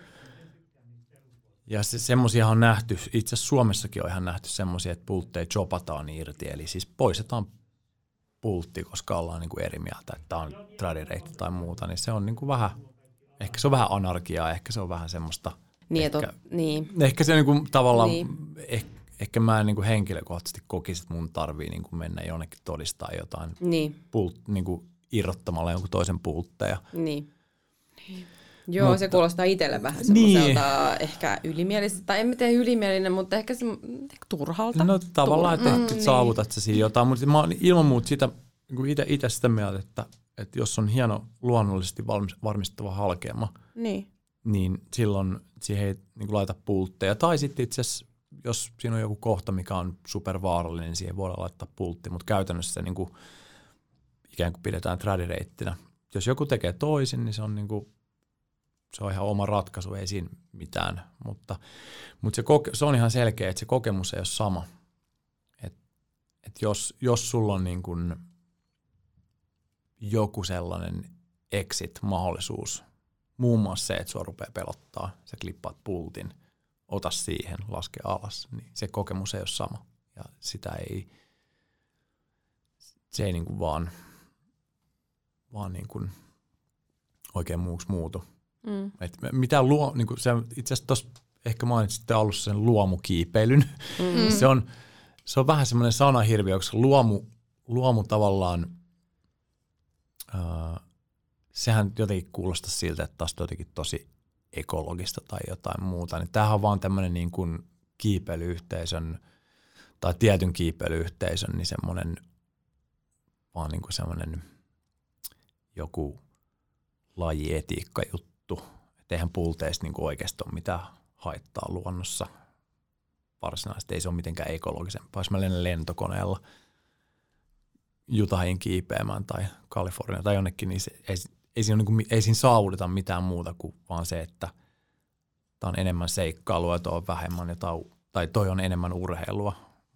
Ja semmoisia on nähty, itse asiassa Suomessakin on ihan nähty semmoisia, että pultteja chopataan irti, eli siis poistetaan pultti, koska ollaan niinku eri mieltä, että tämä on tradireitti tai muuta, niin se on niinku vähän, ehkä se on vähän anarkiaa, ehkä se on vähän semmoista, ehkä se niinku tavallaan, ehkä mä en niinku henkilökohtaisesti kokisi, että mun tarvii niinku mennä jonnekin todistaa jotain niinku irrottamalla jonkun toisen pultteja. Niin. Joo, se kuulostaa itselle vähän semmoiselta ehkä ylimieliseltä, tai en mä tiedä ylimielinen, mutta ehkä se turhalta. No tavallaan, että ehkä saavutat sä siinä jotain, mutta mä oon ilman muuta sitä, niin itse sitä mieltä, että jos on hieno luonnollisesti varmistava halkeama, niin silloin siihen ei niin laita pultteja. Tai sitten itse asiassa, jos siinä on joku kohta, mikä on supervaarallinen, niin siihen voidaan laittaa pultti, mutta käytännössä se niin kuin, ikään kuin pidetään tradireittinä. Jos joku tekee toisin, niin se on niin kuin, se on ihan oma ratkaisu, ei siinä mitään, mutta se on ihan selkeä, että se kokemus ei ole sama. Et jos sulla on niin kuin joku sellainen exit-mahdollisuus, muun muassa se, että sua rupeaa pelottaa, sä klippaat pultin, ota siihen, laske alas, niin se kokemus ei ole sama. Ja se ei niin kuin vaan niin kuin oikein muuksi muutu. Mitä niin se, itse asiassa tuossa ehkä mainitsitte alussa sen luomukiipeilyn. Se on vähän semmoinen sanahirviö, koska luomu tavallaan, sehän jotenkin kuulostaa siltä, että taas jotenkin tosi ekologista tai jotain muuta. Niin tämähän on vaan tämmöinen niin kuin kiipeilyyhteisön tai tietyn kiipeilyyhteisön, niin semmoinen vaan niin kuin semmoinen joku lajietiikka juttu. Että eihän pulteista niin oikeasti ole mitään haittaa luonnossa varsinaisesti. Ei se ole mitenkään ekologisempaa. Jos mä lennän lentokoneella Utahin kiipeämään tai Kalifornia tai jonnekin, niin ei siinä saavuteta mitään muuta kuin vaan se, että tämä on enemmän seikkailua ja toi on vähemmän tai toi on enemmän urheilua.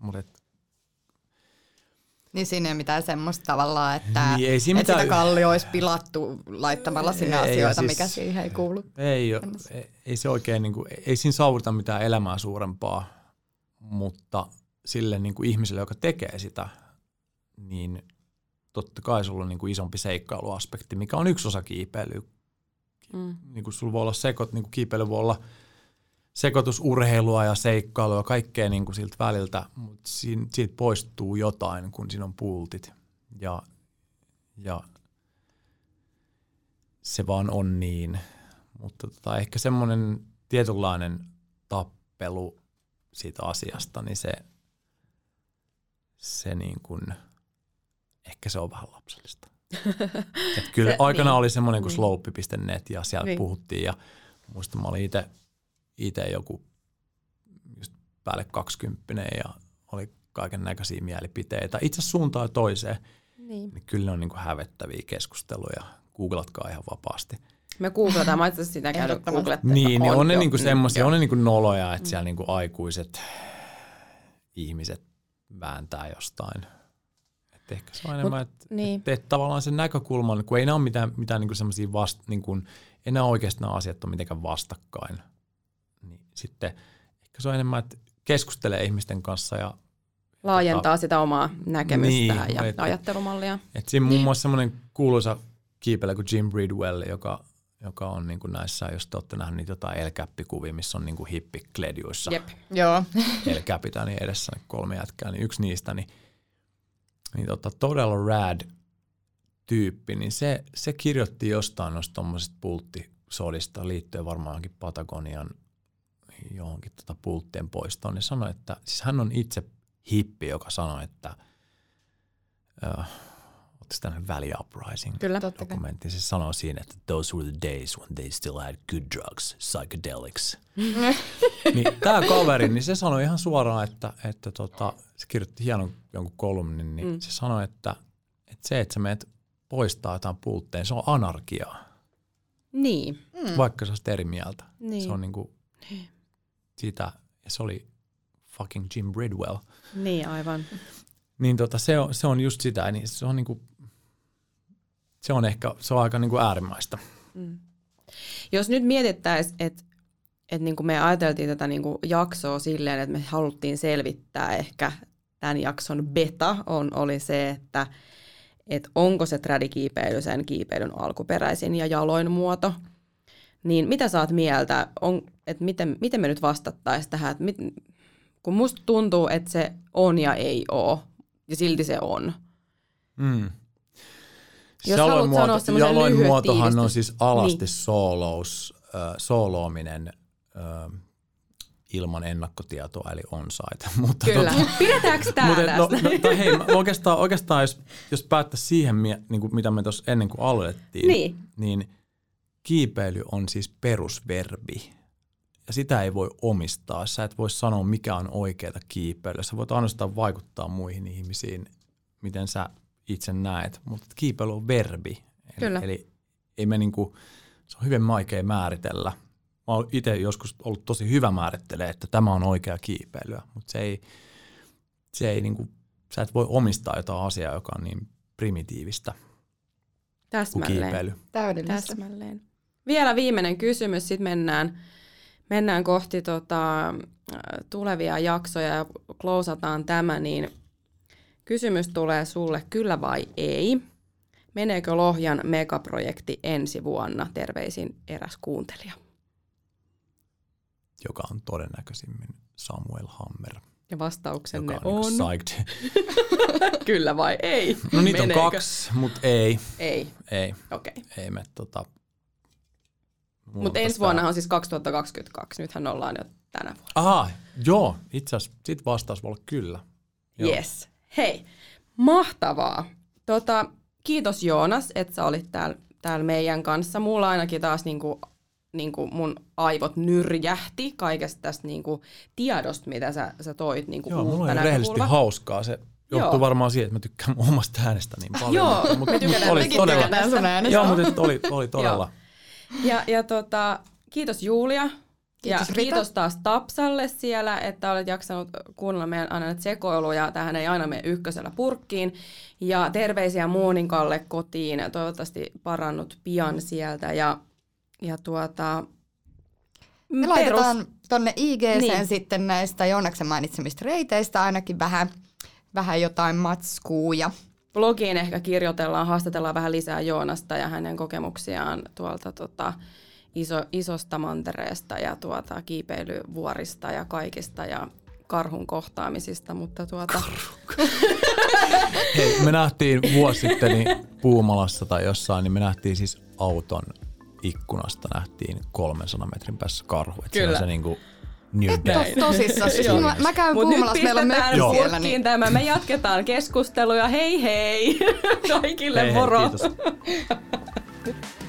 Niin siinä ei mitään semmoista tavallaan, että, niin että sitä kallio olisi pilattu laittamalla sinne asioita, siis, mikä siihen ei kuulu. Ei se oikein, niin kuin, ei siinä saavuta mitään elämää suurempaa, mutta sille niin kuin ihmiselle, joka tekee sitä, niin totta kai sulla on niin kuin isompi seikkailuaspekti, mikä on yksi osa kiipeilyä. Niin kuin sulla voi olla niin kuin kiipeily voi olla sekoitusurheilua ja seikkailua ja kaikkea niin kuin siltä väliltä, mutta siitä poistuu jotain, kun siinä on pultit. Ja se vaan on niin. Mutta ehkä semmoinen tietynlainen tappelu siitä asiasta, niin se niin kuin, ehkä se on vähän lapsellista. Et kyllä aikana oli semmoinen kuin slope.net ja siellä puhuttiin ja muistan mä olin itse joku just päälle 20 ja oli kaiken näköisiä mielipiteitä. Itse suuntaan toiseen. Niin kyllä ne on niinku hävettäviä keskusteluja. Googlatkaa ihan vapaasti. Me googlataan, mä itse sitä käydä googlettaa. Niin on ne niinku semmoisia, on ne niinku noloja, että siellä niinku aikuiset ihmiset vääntää jostain. Et ehkä se on enemmän, että tavallaan sen näkökulman, kun ei nämä ole mitään niinku semmoisia niinku, ei nämä oikeasti nämä asiat ole mitenkään vastakkain. Niin sitten ehkä se on enemmän, että keskustelee ihmisten kanssa ja laajentaa sitä omaa näkemystään ja ajattelumallia. Et siinä muun muassa semmoinen kuuluisa kiipeilijä kuin Jim Bridwell, joka on niin kuin näissä, jos te olette nähneet jotain El-Cap-kuvia, missä on niin kuin hippikledjuissa. Joo. El-Capitan edessä 3 jätkää, niin yksi niistä, niin todella rad tyyppi, niin se kirjoitti jostain noista tommosista pulttisodista liittyen varmaankin Patagonian johonkin pulttien poistoon, niin sanoi, että siis hän on itse hippi, joka sanoi, että tämmöinen Valley Uprising Kyllä. dokumentti. Se sanoo siinä, että those were the days when they still had good drugs, psychedelics. Niin tämä kaveri, niin se sanoi ihan suoraan, että se kirjoitti hienon jonkun kolumnin, niin se sanoi, että se, että sä menet poistaa jotain puutteen, se on anarkiaa. Niin. Vaikka sä olisit eri mieltä. Niin. Se on niinku sitä, ja se oli fucking Jim Bridwell. Niin, aivan. Niin se on just sitä, niin se on niinku, se on aika niinku äärimmäistä. Jos nyt mietittäisiin, että niinku me ajateltiin tätä niinku jaksoa silleen, että me haluttiin selvittää ehkä tämän jakson beta oli se, että onko se trädikiipeily sen kiipeilyn alkuperäisin ja jaloin muoto. Niin mitä sä oot mieltä, että miten me nyt vastattaisiin tähän, että kun musta tuntuu, että se on ja ei ole, ja silti se on. Jos haluat sanoa semmoisen lyhyet jaloin muotohan tiivistys. on siis alasti sooloaminen ilman ennakkotietoa, eli on-site. Mutta kyllä. Pidetäänkö tää tästä? Hei, oikeastaan jos päättäisiin siihen, niin kuin mitä me tuossa ennen kuin aloitettiin, niin kiipeily on siis perusverbi. Ja sitä ei voi omistaa. Sä et voi sanoa, mikä on oikeata kiipeilyä. Sä voit ainoastaan vaikuttaa muihin ihmisiin, miten sä itse näet. Mutta kiipeily on verbi. Eli ei me niinku, se on hyvin vaikea määritellä. Mä oon itse joskus ollut tosi hyvä määrittelee, että tämä on oikea kiipeilyä. Mutta se ei niinku, sä et voi omistaa jotain asiaa, joka on niin primitiivistä kuin kiipeily. Täsmälleen. Vielä viimeinen kysymys, sitten mennään kohti tulevia jaksoja ja closataan tämä, niin kysymys tulee sulle kyllä vai ei. Meneekö Lohjan megaprojekti ensi vuonna? Terveisin eräs kuuntelija. Joka on todennäköisimmin Samuel Hammer. Ja vastauksenne joka on. Psyched. Kyllä vai ei? No niitä on 2, mutta ei. Ei. Okei. Ei me mutta ensi vuonna on siis 2022. Nythän ollaan jo tänä vuonna. Aha, joo. Itse asiassa sit vastaus voi olla kyllä. Joo. Yes. Hei, mahtavaa. Kiitos Joonas, että sä olit täällä meidän kanssa. Mulla ainakin taas niinku mun aivot nyrjähti kaikesta tästä niinku tiedosta, mitä sä toit niinku joo, uutta mulla oli rehellisesti hauskaa. Se johtuu varmaan siihen, että mä tykkään mun omasta äänestä niin paljon. Joo, me tykätään sun äänestä. Joo, mutta oli todella. Ja kiitos Julia. Kiitos taas Tapsalle siellä, että olet jaksanut kuunnella meidän aina näitä sekoiluja. Tähän ei aina mene ykkösellä purkkiin. Ja terveisiä Monikalle kotiin. Toivottavasti parannut pian sieltä. Me laitetaan tonne IGC:n sitten näistä Joonaksen mainitsemista reiteistä ainakin vähän jotain matskuuja. Blogiin ehkä haastatellaan vähän lisää Joonasta ja hänen kokemuksiaan tuolta isosta mantereesta ja kiipeilyvuorista ja kaikista ja karhun kohtaamisista, mutta Hei, me nähtiin vuosi sitten Puumalassa tai jossain, niin me nähtiin siis auton ikkunasta 300 metrin päässä karhu. Kyllä. Se niinku New Day. Tosissaan. Mä käyn Puumalassa, meillä on mökki siellä. Niin me jatketaan keskustelua. Hei! Kaikille hei, moro! Kiitos.